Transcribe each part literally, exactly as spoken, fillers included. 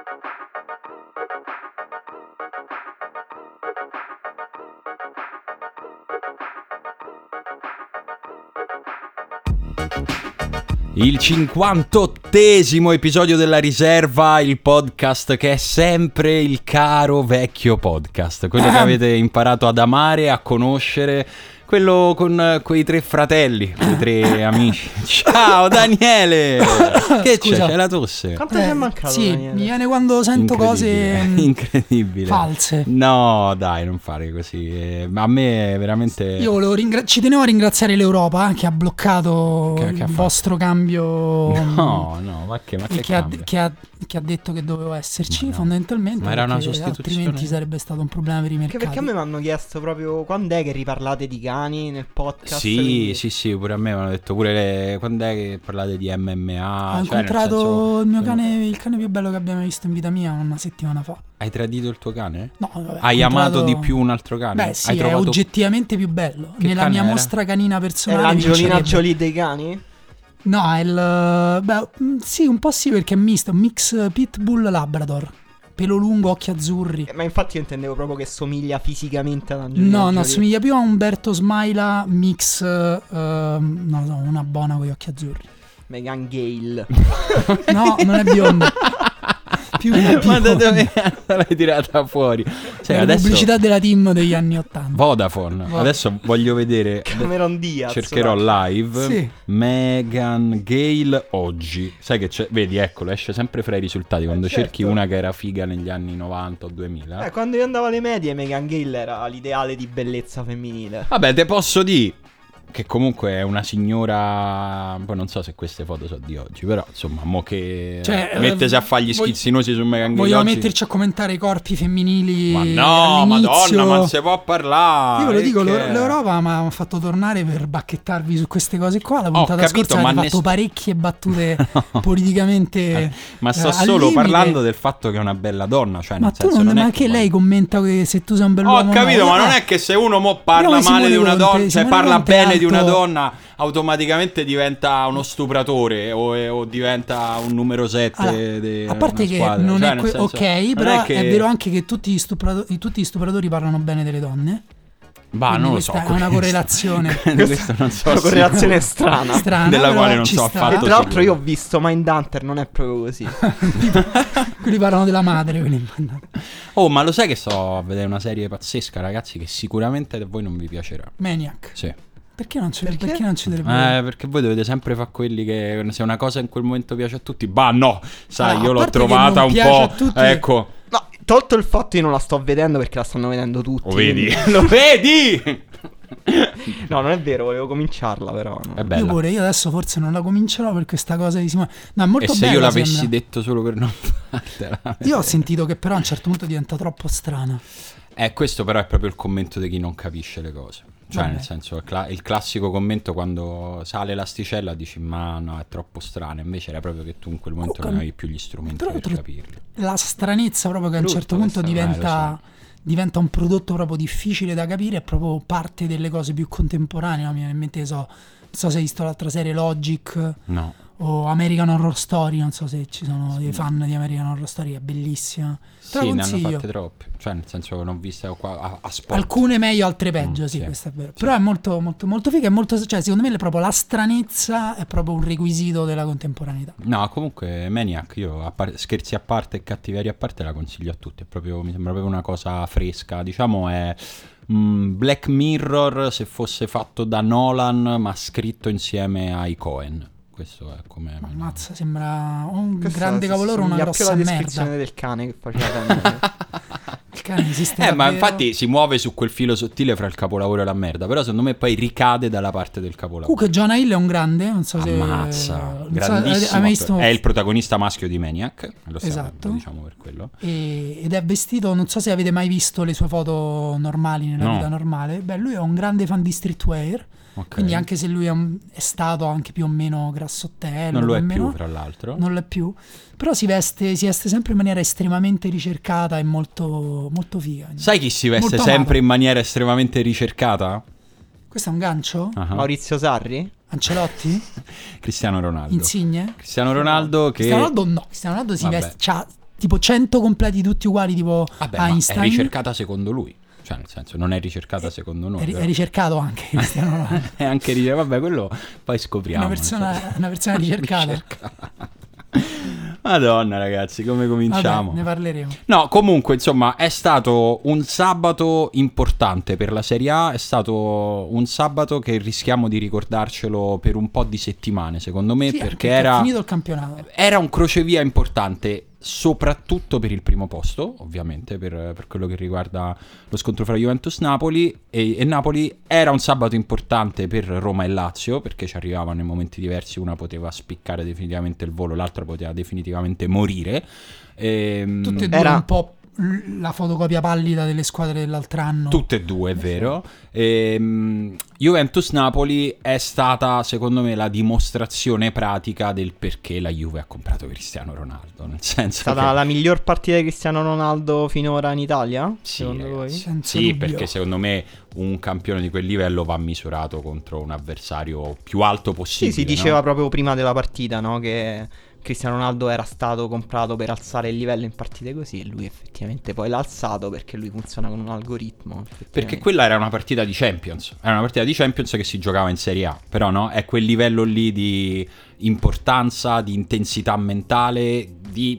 Il cinquantottesimo episodio della Riserva, il podcast che è sempre il caro vecchio podcast, quello che avete imparato ad amare, a conoscere, quello con quei tre fratelli, quei tre amici. Ciao Daniele! Che c'è? C'è la tosse? Quanto eh, ti è mancato, Sì, Daniele? mi viene quando sento cose incredibile false. No, dai, non fare così. Eh, ma a me è veramente... Io volevo ringra- ci tenevo a ringraziare l'Europa che ha bloccato che, che il ha vostro cambio. No, no, ma che, ma che, che, ha, che, ha, che ha detto che dovevo esserci, ma no. fondamentalmente. Ma era una sostituzione? Altrimenti sarebbe stato un problema per i mercati. Anche perché a me mi hanno chiesto proprio quando è che riparlate di cani nel podcast. Sì, quindi... sì, sì, pure a me mi hanno detto pure le... quando è che parlate di M M A. Ho cioè, incontrato senso... il mio cane, il cane più bello che abbiamo visto in vita mia una settimana fa. Hai tradito il tuo cane? No, vabbè, Hai incontrato... amato di più un altro cane? Beh sì, Hai è trovato... oggettivamente più bello. Che Nella cane mia era? mostra canina È personale l'Angelina vincerebbe. Jolie dei cani? No, è il... Beh, sì, un po' sì, perché è misto, un mix Pitbull Labrador. Pelo lungo, occhi azzurri. Eh, ma infatti io intendevo proprio che somiglia fisicamente ad Angelina No, Jolie. no, somiglia più a Umberto Smaila mix, uh, non so, una buona con gli occhi azzurri. Meghan Gale. No, non è bionda. Più Ma da bionda. dove l'hai tirata fuori? Cioè, È la adesso... pubblicità della team degli anni ottanta. Vodafone. Vodafone. Adesso voglio vedere. Cameron Diaz. Cercherò va. live Sì. Meghan Gale oggi. Sai che c'è? Vedi, eccolo, esce sempre fra i risultati quando Eh, certo. cerchi una che era figa negli anni novanta o duemila. Eh, quando io andavo alle medie Meghan Gale era l'ideale di bellezza femminile. Vabbè, te posso dire che comunque è una signora. Poi non so se queste foto sono di oggi, però insomma, mo che Cioè, mettesi a fare gli vog- schizzinosi su Meghan Gale Vogliamo oggi. metterci a commentare i corpi femminili. Ma no, all'inizio. madonna, ma non si può parlare. Io ve lo dico, che- l'Eu- l'Europa mi ha fatto tornare per bacchettarvi su queste cose qua. La puntata capito, scorsa ma avete ness- fatto parecchie battute politicamente. Ma sto eh, al solo limite. parlando del fatto che è una bella donna, cioè Ma nel tu senso non, non ma è anche che lei poi- commenta che se tu sei un bell'uomo. Ho capito, no. ma non Ah, è che se uno mo parla Però male Simone di una Conte- donna, se Simone parla Conte è bene di una alto- donna, automaticamente diventa uno stupratore o, o diventa un numero sette. Allora, de a parte una che squadra. non Cioè, è nel que- senso, ok, non però è, che... è vero anche che tutti gli stupratori, tutti gli stupratori parlano bene delle donne. Bah, Quindi non lo so. questa è una questo- correlazione. questo non so. Una se- correlazione strana. Strana, Della però quale non ci so sta. affatto E tra l'altro sicuro. io ho visto Mindhunter, non è proprio così. Quelli parlano della madre. Quelli... Oh, ma lo sai che sto a vedere una serie pazzesca, ragazzi, che sicuramente a voi non vi piacerà. Maniac. Sì. Perché non ci Perché? perché non ci dovrebbe Eh, perché voi dovete sempre fare quelli che se una cosa in quel momento piace a tutti, bah no, sai, Ah, io a l'ho parte che trovata non un piace po', a tutti- ecco, No, tolto il fatto io non la sto vedendo perché la stanno vedendo tutti. lo vedi, quindi- lo vedi? No, non è vero, volevo cominciarla però. no. È Io bella. pure, io adesso forse non la comincerò per questa cosa di Simone. No, è molto E se bella, io l'avessi sembra. detto solo per non fartela. Io ho sentito che però a un certo punto diventa troppo strana. Eh, questo però è proprio il commento di chi non capisce le cose. Cioè, Vabbè. nel senso, il, cla- il classico commento quando sale l'asticella dici ma no, è troppo strano. Invece era proprio che tu in quel momento Comunque, non avevi più gli strumenti tra per l'altro, capirlo. La stranezza proprio che a un Brutto certo punto questa- eh, diventa, lo diventa un prodotto proprio difficile da capire, è proprio parte delle cose più contemporanee. No? Mi viene in mente, so, non so se hai visto l'altra serie Logic No. o American Horror Story, non so se ci sono dei fan di American Horror Story, è bellissima. Te la Sì, ne hanno consiglio. fatte troppe. Cioè, nel senso che non viste qua a, a spot. Alcune meglio, altre peggio, Mm, sì, sì. questo è vero. Sì. Però è molto, molto, molto figa, è molto, cioè, secondo me è proprio la stranezza è proprio un requisito della contemporaneità. No, comunque Maniac, io a par- scherzi a parte e cattiveria a parte la consiglio a tutti. È proprio, mi sembra proprio una cosa fresca. Diciamo è mm, Black Mirror se fosse fatto da Nolan ma scritto insieme ai Coen. Questo è come... Ammazza, sembra un Questa grande si- cavoloro, una somiglia più grossa alla merda. descrizione del cane che faceva Daniele. Il cane esiste Eh, ma davvero? infatti si muove su quel filo sottile fra il capolavoro e la merda. Però secondo me poi ricade dalla parte del capolavoro. Comunque Jonah Hill è un grande, non so se... Ammazza, non so, grandissimo. hai mai visto- È il protagonista maschio di Maniac. Lo stiamo- Esatto. lo diciamo per quello. E- ed è vestito, non so se avete mai visto le sue foto normali nella No. vita normale. Beh, lui è un grande fan di streetwear, Ok. quindi anche se lui è, un- è stato anche più o meno grassottello, non lo è più o più, meno, fra l'altro. non lo è più, però si veste, si veste sempre in maniera estremamente ricercata e molto, molto figa. Sai chi si veste Molto sempre amato. in maniera estremamente ricercata? Questo è un gancio? Ah. Maurizio Sarri? Ancelotti? Cristiano Ronaldo. Insigne? Cristiano Ronaldo che... Cristiano Ronaldo no, Cristiano Ronaldo si Vabbè. veste, c'ha tipo cento completi tutti uguali tipo Vabbè, ma Einstein. è ricercata secondo lui. Cioè, nel senso, non è ricercata secondo noi. È, ri- però. è ricercato anche Cristiano Ronaldo. È anche dire, vabbè, quello poi scopriamo. Una persona, cioè. una persona ricercata. Ricercata. Madonna, ragazzi, come cominciamo? Vabbè, ne parleremo. No, comunque, insomma, è stato un sabato importante per la Serie A, è stato un sabato che rischiamo di ricordarcelo per un po' di settimane, secondo me, Sì, perché è era, finito il campionato. era un crocevia importante, soprattutto per il primo posto, ovviamente, per, per quello che riguarda lo scontro fra Juventus-Napoli e, e Napoli. Era un sabato importante per Roma e Lazio, perché ci arrivavano in momenti diversi, una poteva spiccare definitivamente il volo, l'altra poteva definitivamente morire. Ehm, Tutte e due Era- un po' l- la fotocopia pallida delle squadre dell'altro anno. Tutte e due, è vero. Ehm, Juventus-Napoli è stata, secondo me, la dimostrazione pratica del perché la Juve ha comprato Cristiano Ronaldo. Nel senso È stata che... la miglior partita di Cristiano Ronaldo finora in Italia? Sì, secondo ragazzi. voi? Senza Sì, dubbio. perché secondo me un campione di quel livello va misurato contro un avversario più alto Sì, possibile. si diceva no? proprio prima della partita, no? Che Cristiano Ronaldo era stato comprato per alzare il livello in partite così, e lui effettivamente poi l'ha alzato perché lui funziona con un algoritmo. Perché effettivamente. quella era una partita di Champions, era una partita di Champions che si giocava in Serie A, però no, è quel livello lì di importanza, di intensità mentale, di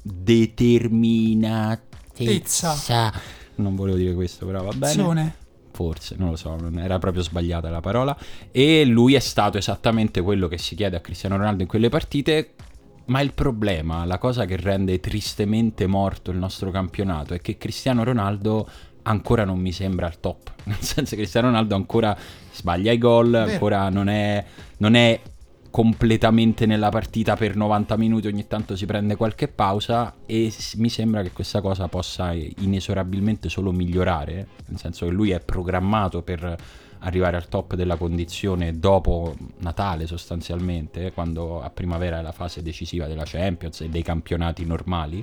determinatezza. Non volevo dire questo, però va bene. Azione. Forse, non lo so, non era proprio sbagliata la parola. E lui è stato esattamente quello che si chiede a Cristiano Ronaldo in quelle partite. Ma il problema, la cosa che rende tristemente morto il nostro campionato è che Cristiano Ronaldo ancora non mi sembra al top. Nel senso che Cristiano Ronaldo ancora sbaglia i gol, Vero. ancora non è, non è completamente nella partita per novanta minuti, ogni tanto si prende qualche pausa e s- mi sembra che questa cosa possa inesorabilmente solo migliorare, nel senso che lui è programmato per arrivare al top della condizione dopo Natale sostanzialmente, quando a primavera è la fase decisiva della Champions e dei campionati normali,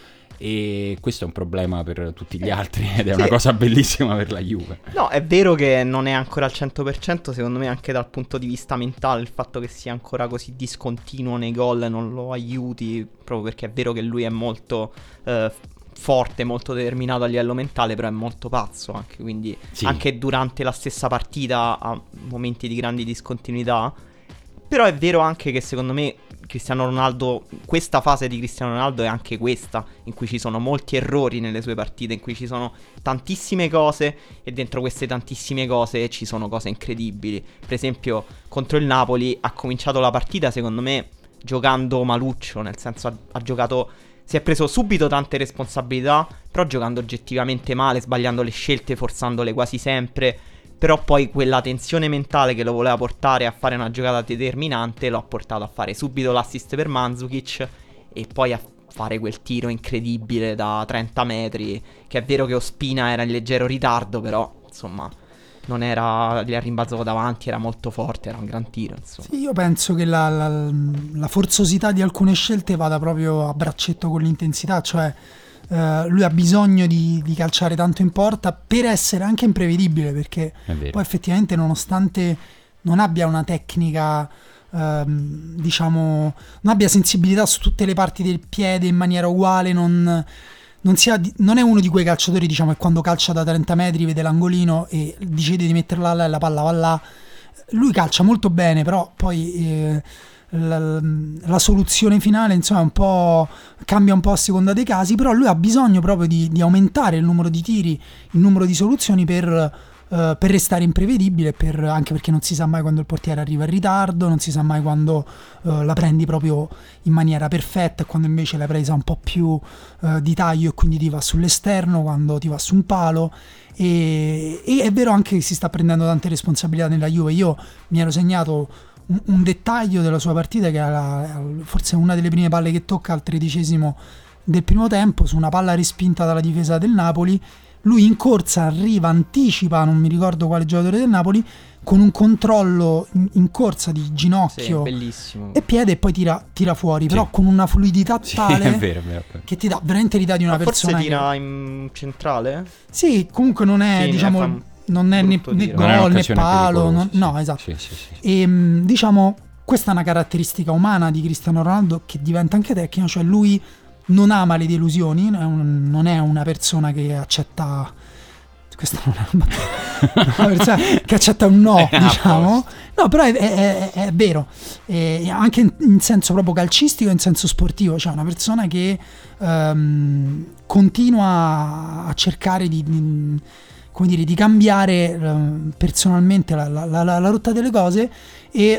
e questo è un problema per tutti gli altri ed è Sì. una cosa bellissima per la Juve. No, è vero che non è ancora al cento per cento, secondo me anche dal punto di vista mentale il fatto che sia ancora così discontinuo nei gol non lo aiuti, proprio perché è vero che lui è molto eh, forte, molto determinato a livello mentale, però è molto pazzo anche, quindi Sì. anche durante la stessa partita ha momenti di grandi discontinuità. Però è vero anche che secondo me Cristiano Ronaldo, questa fase di Cristiano Ronaldo è anche questa, in cui ci sono molti errori nelle sue partite, in cui ci sono tantissime cose e dentro queste tantissime cose ci sono cose incredibili. Per esempio contro il Napoli ha cominciato la partita secondo me giocando maluccio, nel senso ha, ha giocato, si è preso subito tante responsabilità, però giocando oggettivamente male, sbagliando le scelte, forzandole quasi sempre. Però poi quella tensione mentale che lo voleva portare a fare una giocata determinante lo ha portato a fare subito l'assist per Mandzukic e poi a fare quel tiro incredibile da trenta metri, che è vero che Ospina era in leggero ritardo, però insomma non era, gli ha rimbalzato davanti, era molto forte, era un gran tiro, insomma. Sì, io penso che la, la, la forzosità di alcune scelte vada proprio a braccetto con l'intensità, cioè Uh, lui ha bisogno di, di calciare tanto in porta per essere anche imprevedibile, perché È vero. poi effettivamente nonostante non abbia una tecnica ehm, diciamo non abbia sensibilità su tutte le parti del piede in maniera uguale, non, non, sia, di- non è uno di quei calciatori diciamo che quando calcia da trenta metri vede l'angolino e decide di metterla là e la palla va là. Lui calcia molto bene, però poi eh, la, la soluzione finale insomma un po' cambia un po' a seconda dei casi, però lui ha bisogno proprio di, di aumentare il numero di tiri, il numero di soluzioni per, eh, per restare imprevedibile, per, anche perché non si sa mai quando il portiere arriva in ritardo, non si sa mai quando eh, la prendi proprio in maniera perfetta e quando invece l'hai presa un po' più eh, di taglio e quindi ti va sull'esterno, quando ti va su un palo. E, e è vero anche che si sta prendendo tante responsabilità nella Juve. Io mi ero segnato un, un dettaglio della sua partita che era forse una delle prime palle che tocca al tredicesimo del primo tempo, su una palla respinta dalla difesa del Napoli. Lui in corsa arriva, anticipa, non mi ricordo quale giocatore del Napoli, con un controllo in, in corsa di Sì, ginocchio bellissimo. e piede e poi tira, tira fuori, Sì. però con una fluidità Sì, tale è vero, è vero. è vero. che ti dà veramente l'idea di una Ma persona forse che- tira in centrale? Sì, comunque non è, Sì, diciamo, fa un non è né, brutto né tiro. Non è gol né un'occasione palo, pericolosa, non- sì. no, esatto. Sì, sì, sì. E mh, diciamo, questa è una caratteristica umana di Cristiano Ronaldo che diventa anche tecnica, cioè lui non ama le delusioni, non è, un- non è una persona che accetta, questa non è una, una persona che accetta un no, È a diciamo. posto. No, però è, è- è- è vero. E anche in, in senso proprio calcistico e in senso sportivo, cioè una persona che ehm, continua a cercare di, di- come dire, di cambiare ehm, personalmente la, la- la- la rotta delle cose, e,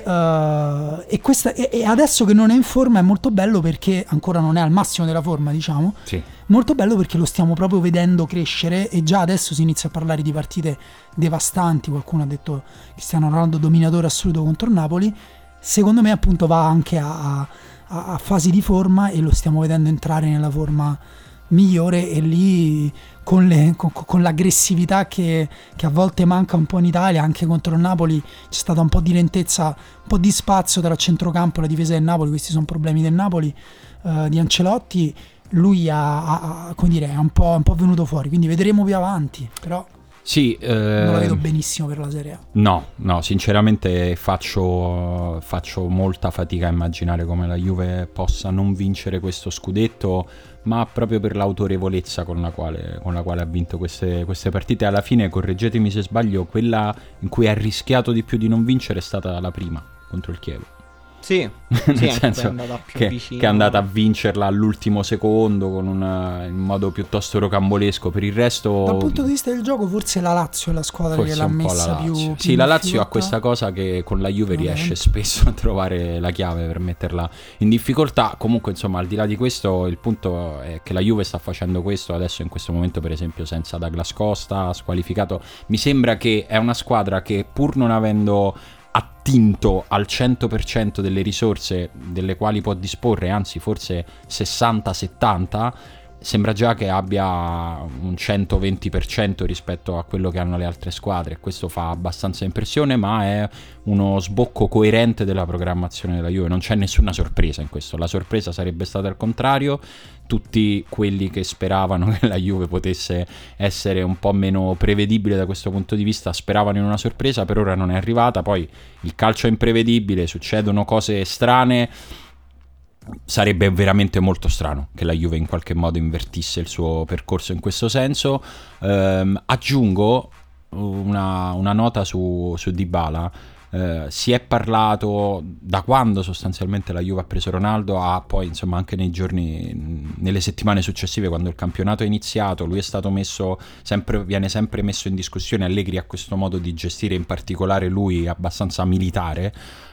eh, e, questa, e, e adesso che non è in forma è molto bello, perché ancora non è al massimo della forma, diciamo. Sì. Molto bello perché lo stiamo proprio vedendo crescere, e già adesso si inizia a parlare di partite devastanti. Qualcuno ha detto Cristiano Ronaldo dominatore assoluto contro il Napoli. Secondo me appunto va anche a, a- a fasi di forma, e lo stiamo vedendo entrare nella forma migliore, e lì con, le- con- con l'aggressività che, che a volte manca un po' in Italia. Anche contro il Napoli c'è stata un po' di lentezza, un po' di spazio tra centrocampo e la difesa del Napoli. Questi sono problemi del Napoli, eh, di Ancelotti. Lui ha, ha- ha- come dire, è un po', un po' venuto fuori, quindi vedremo più avanti, però Sì, non la eh, vedo benissimo per la Serie A. no, no, sinceramente faccio, faccio molta fatica a immaginare come la Juve possa non vincere questo scudetto, ma proprio per l'autorevolezza con la quale, con la quale ha vinto queste, queste partite. Alla fine, correggetemi se sbaglio, quella in cui ha rischiato di più di non vincere è stata la prima, contro il Chievo. Sì, Nel sì, anche senso è andata più che, vicino. che è andata a vincerla all'ultimo secondo con una, in modo piuttosto rocambolesco. Per il resto, Dal punto di vista del gioco, forse la Lazio è la squadra forse che l'ha un po' messa la più, Lazio. più Sì, in la Lazio ha difficoltà. questa cosa che con la Juve Non riesce vero. spesso a trovare la chiave per metterla in difficoltà. Comunque, insomma, al di là di questo, il punto è che la Juve sta facendo questo adesso, in questo momento, per esempio, senza Douglas Costa, squalificato. Mi sembra che è una squadra che, pur non avendo attinto al cento per cento delle risorse delle quali può disporre, anzi forse sessanta settanta, sembra già che abbia un centoventi per cento rispetto a quello che hanno le altre squadre. Questo fa abbastanza impressione, ma è uno sbocco coerente della programmazione della Juve. Non c'è nessuna sorpresa in questo. La sorpresa sarebbe stata al contrario. Tutti quelli che speravano che la Juve potesse essere un po' meno prevedibile da questo punto di vista speravano in una sorpresa, per ora non è arrivata. Poi il calcio è imprevedibile, succedono cose strane. Sarebbe veramente molto strano che la Juve in qualche modo invertisse il suo percorso in questo senso. Ehm, aggiungo una, una nota su, su Dybala. Eh, si è parlato da quando sostanzialmente la Juve ha preso Ronaldo a poi, insomma, anche nei giorni, nelle settimane successive, quando il campionato è iniziato. Lui è stato messo sempre, viene sempre messo in discussione. Allegri ha questo modo di gestire, in particolare lui abbastanza militare,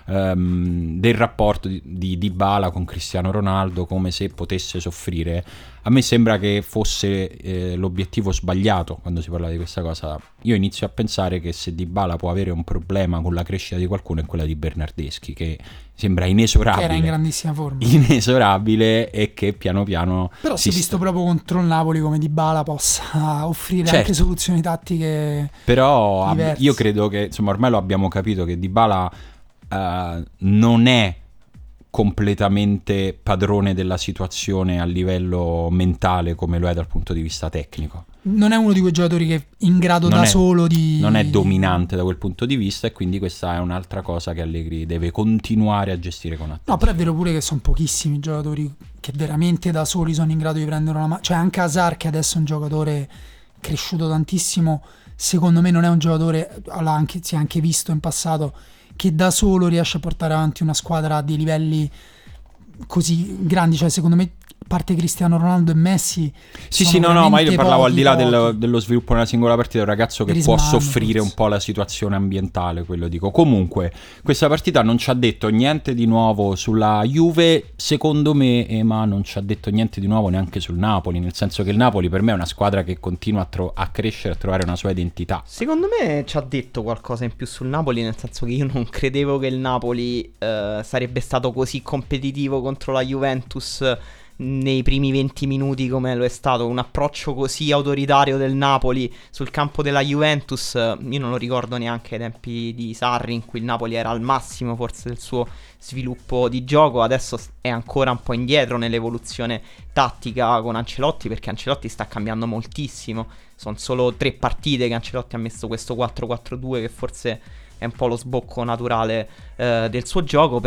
ehm, del rapporto di, di Dybala con Cristiano Ronaldo, come se potesse soffrire. A me sembra che fosse eh, l'obiettivo sbagliato quando si parla di questa cosa. Io inizio a pensare che se Dybala può avere un problema con la crescita di qualcuno è quella di Bernardeschi, che sembra inesorabile, Che era in grandissima forma. inesorabile, e che piano piano Però si è visto sta- proprio contro il Napoli come Dybala possa offrire Certo. anche soluzioni tattiche. Però ab- diversi. io credo che, insomma, ormai lo abbiamo capito che Dybala eh, non è completamente padrone della situazione a livello mentale come lo è dal punto di vista tecnico. Non è uno di quei giocatori che è in grado Non da è- solo di... Non è dominante da quel punto di vista, e quindi questa è un'altra cosa che Allegri deve continuare a gestire con attenzione. No, però è vero pure che sono pochissimi giocatori che veramente da soli sono in grado di prendere una mano. Cioè anche Hazard, che adesso è un giocatore cresciuto tantissimo, secondo me non è un giocatore, allora, anche, si è anche visto in passato, che da solo riesce a portare avanti una squadra a dei livelli così grandi. Cioè secondo me, a parte Cristiano Ronaldo e Messi, Sì, sono sì, no, no, ma io veramente parlavo al pochi, di là pochi. del- dello sviluppo nella singola partita, un ragazzo che può Griezmann, soffrire forse. un po' la situazione ambientale, quello dico. Comunque, questa partita non ci ha detto niente di nuovo sulla Juve, secondo me, eh, ma non ci ha detto niente di nuovo neanche sul Napoli, nel senso che il Napoli per me è una squadra che continua a, tro- a crescere, a trovare una sua identità. Secondo me ci ha detto qualcosa in più sul Napoli, nel senso che io non credevo che il Napoli eh, sarebbe stato così competitivo contro la Juventus nei primi venti minuti come lo è stato. Un approccio così autoritario del Napoli sul campo della Juventus, eh, io non lo ricordo neanche ai tempi di Sarri, in cui il Napoli era al massimo forse del suo sviluppo di gioco. Adesso s- è ancora un po' indietro nell'evoluzione tattica con Ancelotti, perché Ancelotti sta cambiando moltissimo. Sono solo tre partite che Ancelotti ha messo questo quattro quattro due, che forse è un po' lo sbocco naturale eh, del suo gioco, però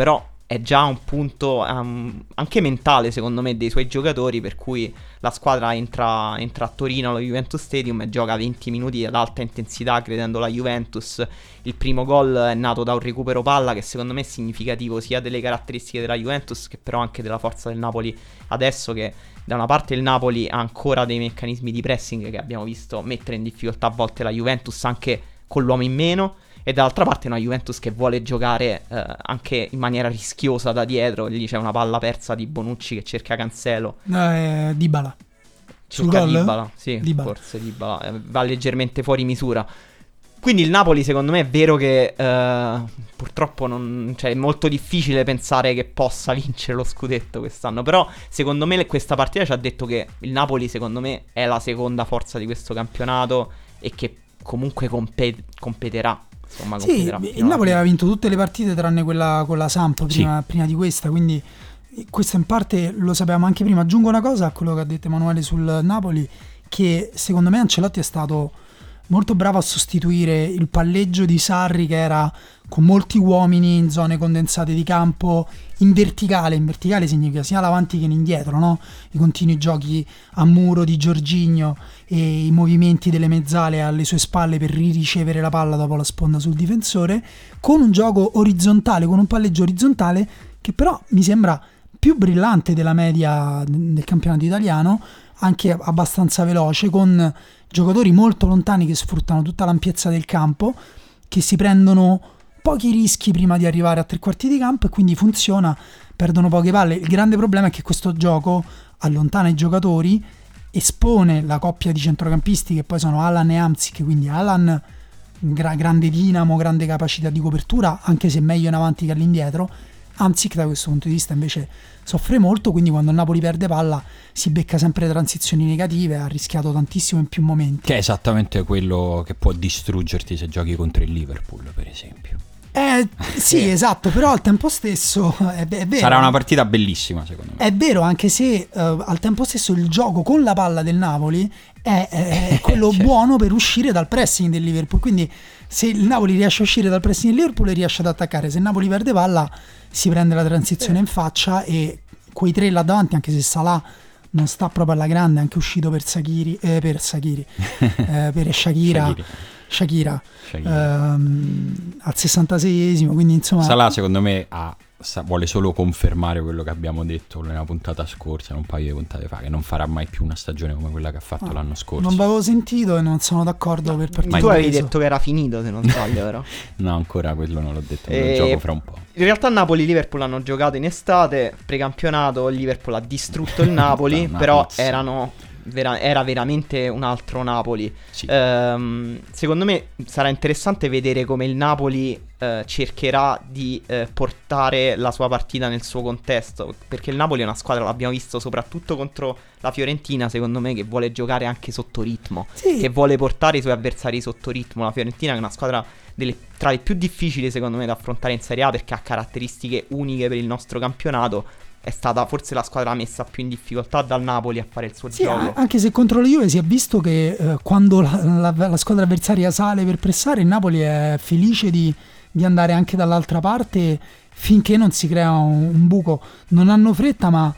è già un punto um, anche mentale secondo me dei suoi giocatori, per cui la squadra entra, entra a Torino allo Juventus Stadium e gioca venti minuti ad alta intensità credendo la Juventus. Il primo gol è nato da un recupero palla che secondo me è significativo sia delle caratteristiche della Juventus che però anche della forza del Napoli adesso, che da una parte il Napoli ha ancora dei meccanismi di pressing che abbiamo visto mettere in difficoltà a volte la Juventus anche con l'uomo in meno, e dall'altra parte una Juventus che vuole giocare eh, anche in maniera rischiosa da dietro. Lì c'è una palla persa di Bonucci che cerca Cancelo. Eh, Dybala. Cerca Sul gol? Dybala, sì, Dybala. forse Dybala. Eh, va leggermente fuori misura. Quindi il Napoli secondo me è vero che eh, purtroppo non, cioè, è molto difficile pensare che possa vincere lo scudetto quest'anno. Però secondo me questa partita ci ha detto che il Napoli secondo me è la seconda forza di questo campionato e che comunque compe- competerà. Insomma, Sì, il Napoli aveva vinto tutte le partite tranne quella con la Samp prima, Sì. prima di questa, quindi questo in parte lo sapevamo anche prima. Aggiungo una cosa a quello che ha detto Emanuele sul Napoli, che secondo me Ancelotti è stato molto bravo a sostituire il palleggio di Sarri, che era con molti uomini in zone condensate di campo, in verticale. In verticale significa sia l'avanti che l'indietro, no? I continui giochi a muro di Jorginho e i movimenti delle mezzale alle sue spalle per ricevere la palla dopo la sponda sul difensore, con un gioco orizzontale, con un palleggio orizzontale che però mi sembra più brillante della media del campionato italiano, anche abbastanza veloce, con giocatori molto lontani che sfruttano tutta l'ampiezza del campo, che si prendono pochi rischi prima di arrivare a tre quarti di campo e quindi funziona, perdono poche palle. Il grande problema è che questo gioco allontana i giocatori, espone la coppia di centrocampisti che poi sono Alan e Hamsik, quindi Alan gra- grande dinamo, grande capacità di copertura, anche se meglio in avanti che all'indietro. Hamsik da questo punto di vista invece soffre molto, quindi quando il Napoli perde palla si becca sempre transizioni negative, ha rischiato tantissimo in più momenti. Che è esattamente quello che può distruggerti se giochi contro il Liverpool, per esempio. Eh, sì, esatto, però al tempo stesso è, è vero. Sarà una partita bellissima, secondo me. È vero, anche se uh, al tempo stesso il gioco con la palla del Napoli è, è, è quello certo. buono per uscire dal pressing del Liverpool. Quindi se il Napoli riesce a uscire dal pressing del Liverpool riesce ad attaccare. Se il Napoli perde palla si prende la transizione in faccia, e quei tre là davanti, anche se Salah non sta proprio alla grande, è anche uscito per Shaqiri, eh, per Shaqiri, eh, per Shakira. Shakira, Shakira. Ehm, al sessantaseiesimo, quindi insomma Salah secondo me ha, sa, vuole solo confermare quello che abbiamo detto nella puntata scorsa, un paio di puntate fa, che non farà mai più una stagione come quella che ha fatto ah, l'anno scorso. non l'avevo sentito e non sono d'accordo per partire. Tu avevi detto che era finito, se non sbaglio, vero? No, ancora quello non l'ho detto, me lo E... gioco fra un po'. In realtà Napoli e Liverpool hanno giocato in estate, precampionato, il Liverpool ha distrutto il Napoli, però pizza. erano vera- era veramente un altro Napoli. Sì. Ehm, secondo me sarà interessante vedere come il Napoli eh, cercherà di eh, portare la sua partita nel suo contesto, perché il Napoli è una squadra, l'abbiamo visto soprattutto contro la Fiorentina, secondo me, che vuole giocare anche sotto ritmo, Sì. che vuole portare i suoi avversari sotto ritmo. La Fiorentina è una squadra delle, tra le più difficili secondo me da affrontare in Serie A, perché ha caratteristiche uniche per il nostro campionato. È stata forse la squadra messa più in difficoltà dal Napoli a fare il suo Sì, gioco. anche se contro la Juve si è visto che eh, quando la, la, la squadra avversaria sale per pressare, il Napoli è felice di, di andare anche dall'altra parte finché non si crea un, un buco. Non hanno fretta, ma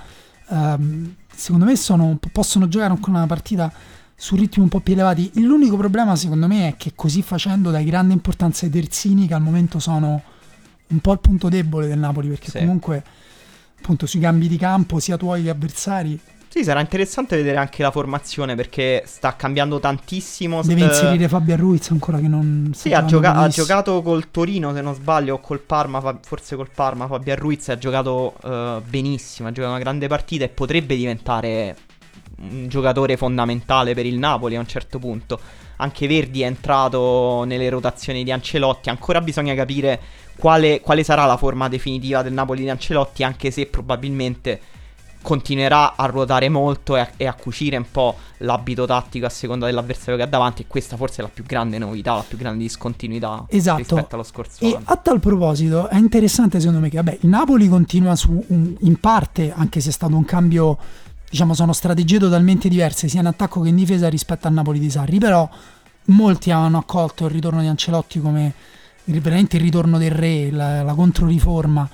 ehm, secondo me sono, possono giocare ancora una partita su ritmi un po' più elevati. L'unico problema secondo me è che così facendo dai grande importanza ai terzini, che al momento sono un po' il punto debole del Napoli, perché Sì. comunque appunto sui cambi di campo sia tuoi che avversari Sì, sarà interessante vedere anche la formazione, perché sta cambiando tantissimo. deve eh, inserire Fabio Ruiz ancora che non Sì, sta ha, giocando gioca- ha benissimo. giocato col Torino, se non sbaglio, o col Parma, fa- forse col Parma. Fabio Ruiz ha giocato eh, benissimo, ha giocato una grande partita e potrebbe diventare un giocatore fondamentale per il Napoli a un certo punto. Anche Verdi è entrato nelle rotazioni di Ancelotti. Ancora bisogna capire quale, quale sarà la forma definitiva del Napoli di Ancelotti, anche se probabilmente continuerà a ruotare molto e a, e a cucire un po' l'abito tattico a seconda dell'avversario che ha davanti. E questa forse è la più grande novità, la più grande discontinuità Esatto. rispetto allo scorso E anno. a tal proposito è interessante secondo me che vabbè, il Napoli continua su un, in parte, anche se è stato un cambio, diciamo sono strategie totalmente diverse sia in attacco che in difesa rispetto al Napoli di Sarri, però molti hanno accolto il ritorno di Ancelotti come veramente il ritorno del re, la, la controriforma,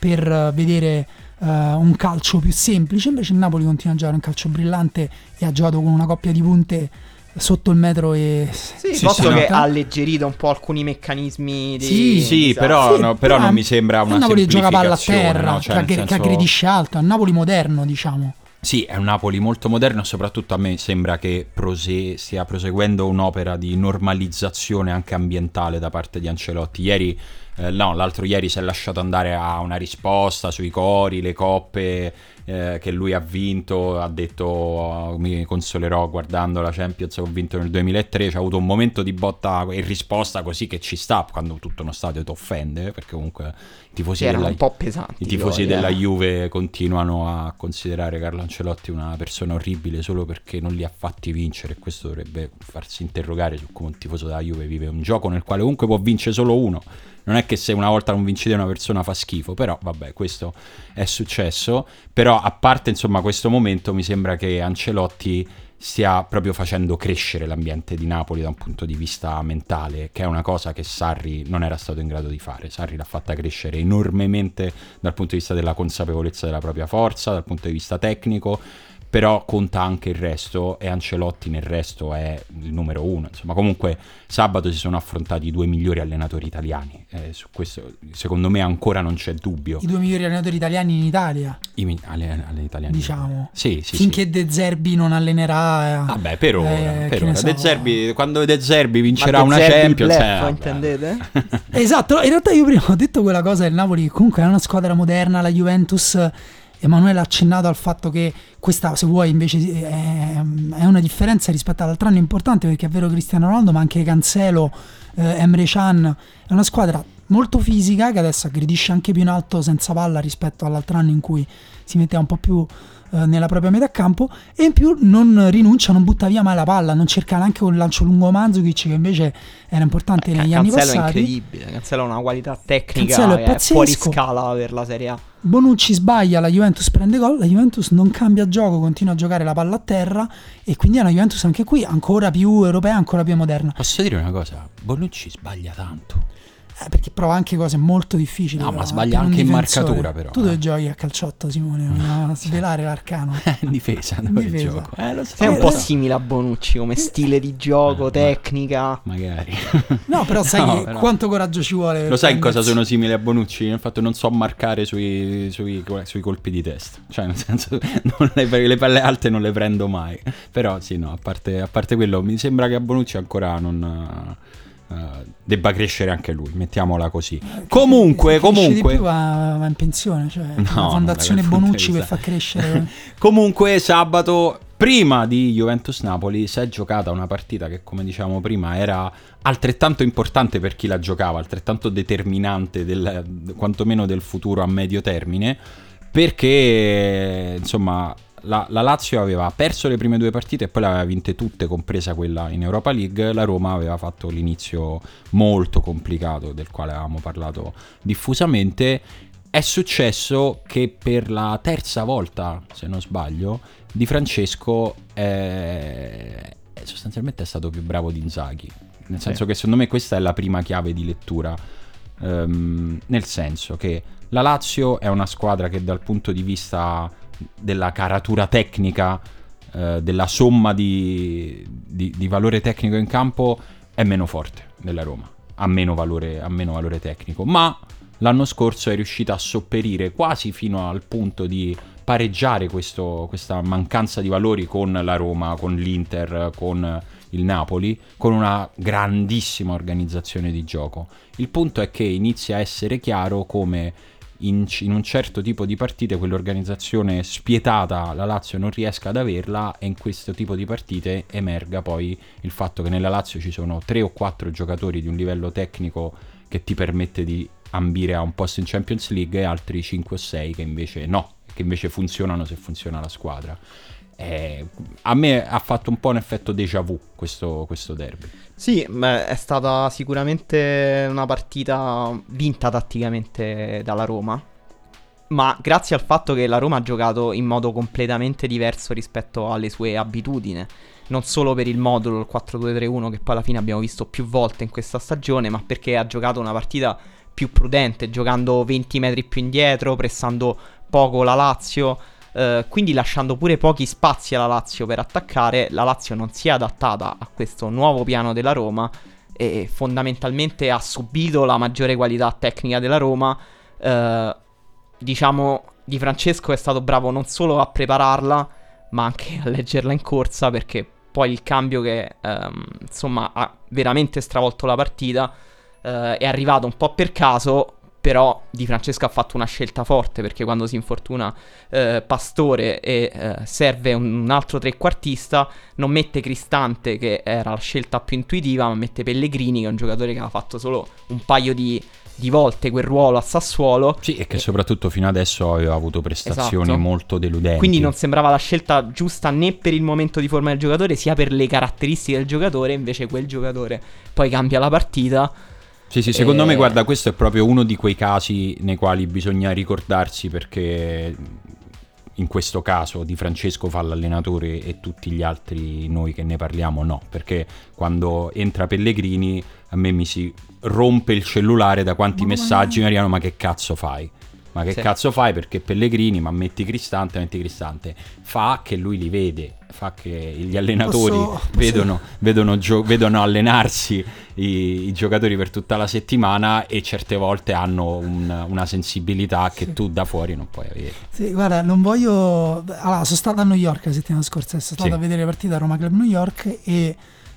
per uh, vedere uh, un calcio più semplice. Invece il Napoli continua a giocare un calcio brillante e ha giocato con una coppia di punte sotto il metro e sì, sì, posto sì, che no. ha alleggerito un po' alcuni meccanismi di Sì, Sì, di però, Sì, no, però non mi sembra una un Napoli gioca palla a semplificazione, terra, no? Cioè, che, nel aggre- senso- che aggredisce alto, è un Napoli moderno, diciamo. Sì, è un Napoli molto moderno, soprattutto a me sembra che prose- stia proseguendo un'opera di normalizzazione anche ambientale da parte di Ancelotti. Ieri, eh, no, l'altro ieri si è lasciato andare a una risposta sui cori, le coppe eh, che lui ha vinto, ha detto oh, mi consolerò guardando la Champions che ho vinto nel duemilatré, c'ha avuto un momento di botta e risposta così che ci sta, quando tutto uno stadio ti offende, perché comunque i tifosi erano della un po' pesanti. I tifosi poi, della eh. Juve continuano a considerare Carlo Ancelotti una persona orribile solo perché non li ha fatti vincere, e questo dovrebbe farsi interrogare su come un tifoso della Juve vive un gioco nel quale comunque può vincere solo uno. Non è che se una volta non vincete una persona fa schifo, però vabbè, questo è successo. Però a parte insomma questo momento, mi sembra che Ancelotti stia proprio facendo crescere l'ambiente di Napoli da un punto di vista mentale, che è una cosa che Sarri non era stato in grado di fare. Sarri l'ha fatta crescere enormemente dal punto di vista della consapevolezza della propria forza, dal punto di vista tecnico, però conta anche il resto, e Ancelotti nel resto è il numero uno. Insomma, comunque sabato si sono affrontati i due migliori allenatori italiani, eh, su questo secondo me ancora non c'è dubbio. I due migliori allenatori italiani in Italia, I mi- alle, alle italiani, diciamo. Sì, sì, Finché sì. De Zerbi non allenerà. Vabbè, per ora, eh, per che ne ora. so. De Zerbi, quando De Zerbi Ma vincerà De una Zerbi Champions, bluff, eh, vabbè. intendete? Esatto, in realtà io prima ho detto quella cosa del Napoli, comunque è una squadra moderna, la Juventus. Emanuele ha accennato al fatto che questa, se vuoi, invece è, è una differenza rispetto all'altro anno importante, perché è vero Cristiano Ronaldo, ma anche Cancelo, eh, Emre Can, è una squadra molto fisica che adesso aggredisce anche più in alto senza palla rispetto all'altro anno in cui si metteva un po' più eh, nella propria metà campo, e in più non rinuncia, non butta via mai la palla, non cerca neanche con il lancio lungo Mandzukic, che invece era importante negli anni Cancelo è passati. incredibile, Cancelo ha una qualità tecnica, Cancelo è è fuori pazzesco. scala per la Serie A. Bonucci sbaglia, la Juventus prende gol, la Juventus non cambia gioco, continua a giocare la palla a terra, e quindi è una Juventus anche qui ancora più europea, ancora più moderna. Posso dire una cosa? Bonucci sbaglia tanto. Eh, perché prova anche cose molto difficili. No, però, ma sbaglia per un anche in difensore. marcatura, però, Tu eh. dove giochi a calciotto, Simone? Vogliamo svelare l'arcano. In difesa, In dove difesa. gioco? Eh, lo so. Sei un Eh, po' eh. simile a Bonucci come stile di gioco, Eh, tecnica. Magari. No, però sai No, che però- quanto coraggio ci vuole. per Lo sai in cosa prendersi- sono simile a Bonucci? Nel fatto non so marcare sui, sui, sui colpi di testa. Cioè, nel senso, non le, le palle alte non le prendo mai. Però sì, no, a parte, a parte quello, mi sembra che a Bonucci ancora non... Uh, debba crescere anche lui, mettiamola così. Comunque, Se cresce di comunque, più va, va in pensione, cioè No, la no, fondazione da quel punto Bonucci di per vista. far crescere. comunque sabato, prima di Juventus-Napoli, si è giocata una partita che, come diciamo prima, era altrettanto importante per chi la giocava, altrettanto determinante del, quantomeno del futuro a medio termine, perché insomma la, la Lazio aveva perso le prime due partite e poi le aveva vinte tutte, compresa quella in Europa League. La Roma aveva fatto l'inizio molto complicato, del quale avevamo parlato diffusamente. È successo che per la terza volta, se non sbaglio, Di Francesco è... sostanzialmente è stato più bravo di Inzaghi, nel senso Sì. che secondo me questa è la prima chiave di lettura, ehm, nel senso che la Lazio è una squadra che dal punto di vista della caratura tecnica, eh, della somma di, di, di valore tecnico in campo, è meno forte della Roma, ha meno valore, ha meno valore tecnico, ma l'anno scorso è riuscita a sopperire quasi fino al punto di pareggiare questo, questa mancanza di valori con la Roma, con l'Inter, con il Napoli, con una grandissima organizzazione di gioco. Il punto è che inizia a essere chiaro come in, in un certo tipo di partite quell'organizzazione spietata la Lazio non riesca ad averla, e in questo tipo di partite emerga poi il fatto che nella Lazio ci sono tre o quattro giocatori di un livello tecnico che ti permette di ambire a un posto in Champions League, e altri cinque o sei che invece no, che invece funzionano se funziona la squadra. Eh, a me ha fatto un po' un effetto déjà vu questo, questo derby. Sì, beh, è stata sicuramente una partita vinta tatticamente dalla Roma, ma grazie al fatto che la Roma ha giocato in modo completamente diverso rispetto alle sue abitudini. Non solo per il modulo, il quattro due tre uno, che poi alla fine abbiamo visto più volte in questa stagione, ma perché ha giocato una partita più prudente, giocando venti metri più indietro, pressando poco la Lazio, eh, quindi lasciando pure pochi spazi alla Lazio per attaccare. La Lazio non si è adattata a questo nuovo piano della Roma e fondamentalmente ha subito la maggiore qualità tecnica della Roma. Eh, diciamo, Di Francesco è stato bravo non solo a prepararla, ma anche a leggerla in corsa, perché poi il cambio che ehm, insomma ha veramente stravolto la partita eh, è arrivato un po' per caso. Però Di Francesco ha fatto una scelta forte, perché quando si infortuna eh, Pastore e eh, serve un, un altro trequartista, non mette Cristante, che era la scelta più intuitiva, ma mette Pellegrini, che è un giocatore che aveva fatto solo un paio di, di volte quel ruolo a Sassuolo. Sì, e che e... soprattutto fino adesso aveva avuto prestazioni esatto. molto deludenti. Quindi non sembrava la scelta giusta né per il momento di forma del giocatore, sia per le caratteristiche del giocatore. Invece quel giocatore poi cambia la partita. Sì, sì, secondo e... me, guarda, questo è proprio uno di quei casi nei quali bisogna ricordarsi, perché in questo caso Di Francesco fa l'allenatore e tutti gli altri, noi che ne parliamo, no. Perché quando entra Pellegrini a me mi si rompe il cellulare da quanti ma messaggi mi arrivano: ma che cazzo fai? Ma che sì. cazzo fai? Perché Pellegrini, ma metti Cristante, metti Cristante. Fa che lui li vede, fa che gli allenatori posso, posso... Vedono, vedono, gio- vedono allenarsi i, i giocatori per tutta la settimana, e certe volte hanno un, una sensibilità che sì. tu da fuori non puoi avere. Sì, guarda, non voglio... Allora, sono stato a New York la settimana scorsa, sono stato sì. a vedere le partite a Roma Club New York, e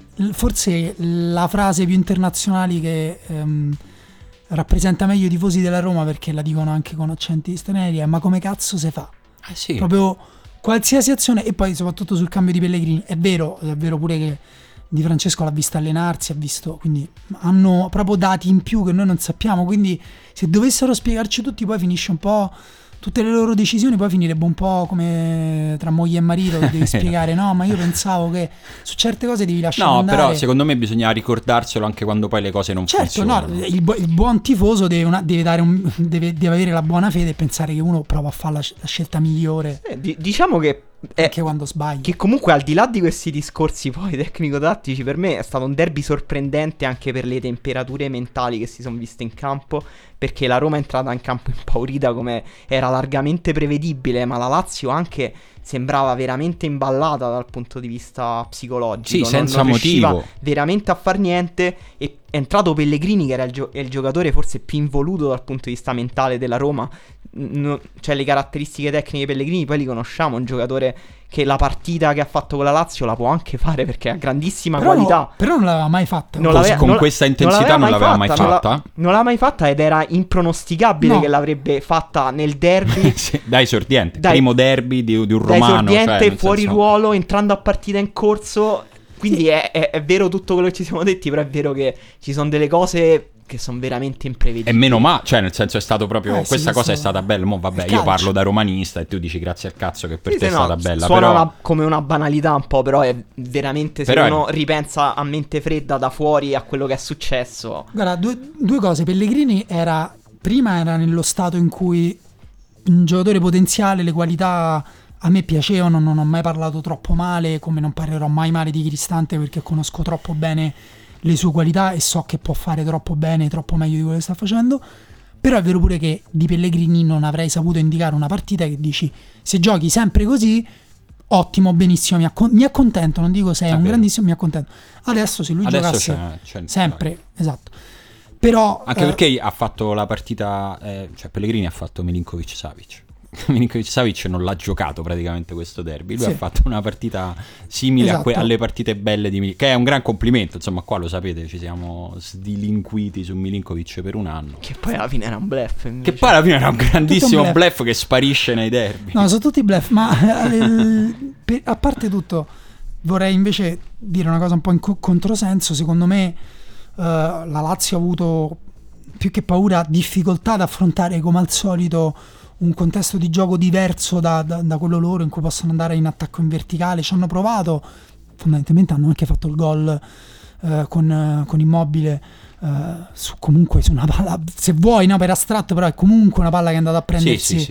forse la frase più internazionale che... Um, rappresenta meglio i tifosi della Roma, perché la dicono anche con accenti stranieri, è: ma come cazzo si fa? Eh sì. Proprio qualsiasi azione. E poi soprattutto sul cambio di Pellegrini, è vero, è vero pure che Di Francesco l'ha visto allenarsi, ha visto, quindi hanno proprio dati in più che noi non sappiamo, quindi se dovessero spiegarci tutti poi finisce un po', tutte le loro decisioni poi finirebbe un po' come tra moglie e marito, che devi spiegare: no, ma io pensavo che su certe cose devi lasciare no, andare. No, però secondo me bisogna ricordarselo anche quando poi le cose non certo, funzionano. No, il, bu- il buon tifoso deve, una, deve, dare un, deve, deve avere la buona fede e pensare che uno prova a fare la, la scelta migliore. Eh, di- diciamo che anche quando sbagli. Che comunque, al di là di questi discorsi poi tecnico-tattici, per me è stato un derby sorprendente anche per le temperature mentali che si sono viste in campo, perché la Roma è entrata in campo impaurita, come era largamente prevedibile, ma la Lazio anche sembrava veramente imballata dal punto di vista psicologico. Sì, non, senza non motivo. veramente a far niente. E è entrato Pellegrini, che era il, gio- il giocatore forse più involuto dal punto di vista mentale della Roma. No, cioè, le caratteristiche tecniche Pellegrini poi li conosciamo, un giocatore che la partita che ha fatto con la Lazio la può anche fare, perché ha grandissima però qualità. No, però non l'aveva mai fatta. Non l'aveva, con non questa intensità non l'aveva mai fatta. Non, l'aveva mai fatta, non l'aveva mai fatta ed era impronosticabile no. che l'avrebbe fatta nel derby. Sì, da esordiente, dai, primo derby di, di un romano. Da esordiente, cioè, fuori senso... ruolo, entrando a partita in corso. Quindi sì. è, è, è vero tutto quello che ci siamo detti, però è vero che ci sono delle cose che sono veramente imprevedibili. E meno male, cioè nel senso è stato proprio, eh, questa sì, cosa so... è stata bella. Mo vabbè, io parlo da romanista e tu dici grazie al cazzo che per sì, te è no, stata bella. Suona però... una, come una banalità un po', però è veramente, se però uno è... ripensa a mente fredda da fuori a quello che è successo. Guarda, due, due cose. Pellegrini era, prima era nello stato in cui un giocatore potenziale, le qualità a me piacevano, non ho mai parlato troppo male, come non parlerò mai male di Cristante, perché conosco troppo bene le sue qualità e so che può fare troppo bene, troppo meglio di quello che sta facendo. Però è vero pure che di Pellegrini non avrei saputo indicare una partita che dici: se giochi sempre così, ottimo, benissimo, mi, accon- mi accontento, non dico sei è un vero. grandissimo, mi accontento. Adesso se lui Adesso giocasse c'è, c'è sempre, no. esatto. Però anche eh, perché ha fatto la partita, eh, cioè Pellegrini ha fatto Milinkovic-Savic. Milinkovic-Savic non l'ha giocato praticamente questo derby. Lui sì. ha fatto una partita simile esatto. a que- alle partite belle di Milinkovic, che è un gran complimento. Insomma, qua lo sapete, ci siamo sdilinquiti su Milinkovic per un anno. Che poi alla fine era un bluff. Invece. Che poi alla fine era un grandissimo un bluff. bluff che sparisce nei derby. No, sono tutti bluff. Ma eh, per, a parte tutto, vorrei invece dire una cosa un po' in co- controsenso. Secondo me eh, la Lazio ha avuto, più che paura, difficoltà ad affrontare come al solito un contesto di gioco diverso da, da, da quello loro, in cui possono andare in attacco in verticale. Ci hanno provato, fondamentalmente hanno anche fatto il gol eh, con, con Immobile eh, su, comunque su una palla, se vuoi, no, per astratto, però è comunque una palla che è andata a prendersi sì, sì, sì.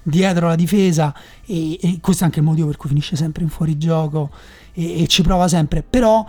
dietro la difesa, e, e questo è anche il motivo per cui finisce sempre in fuorigioco e, e ci prova sempre. Però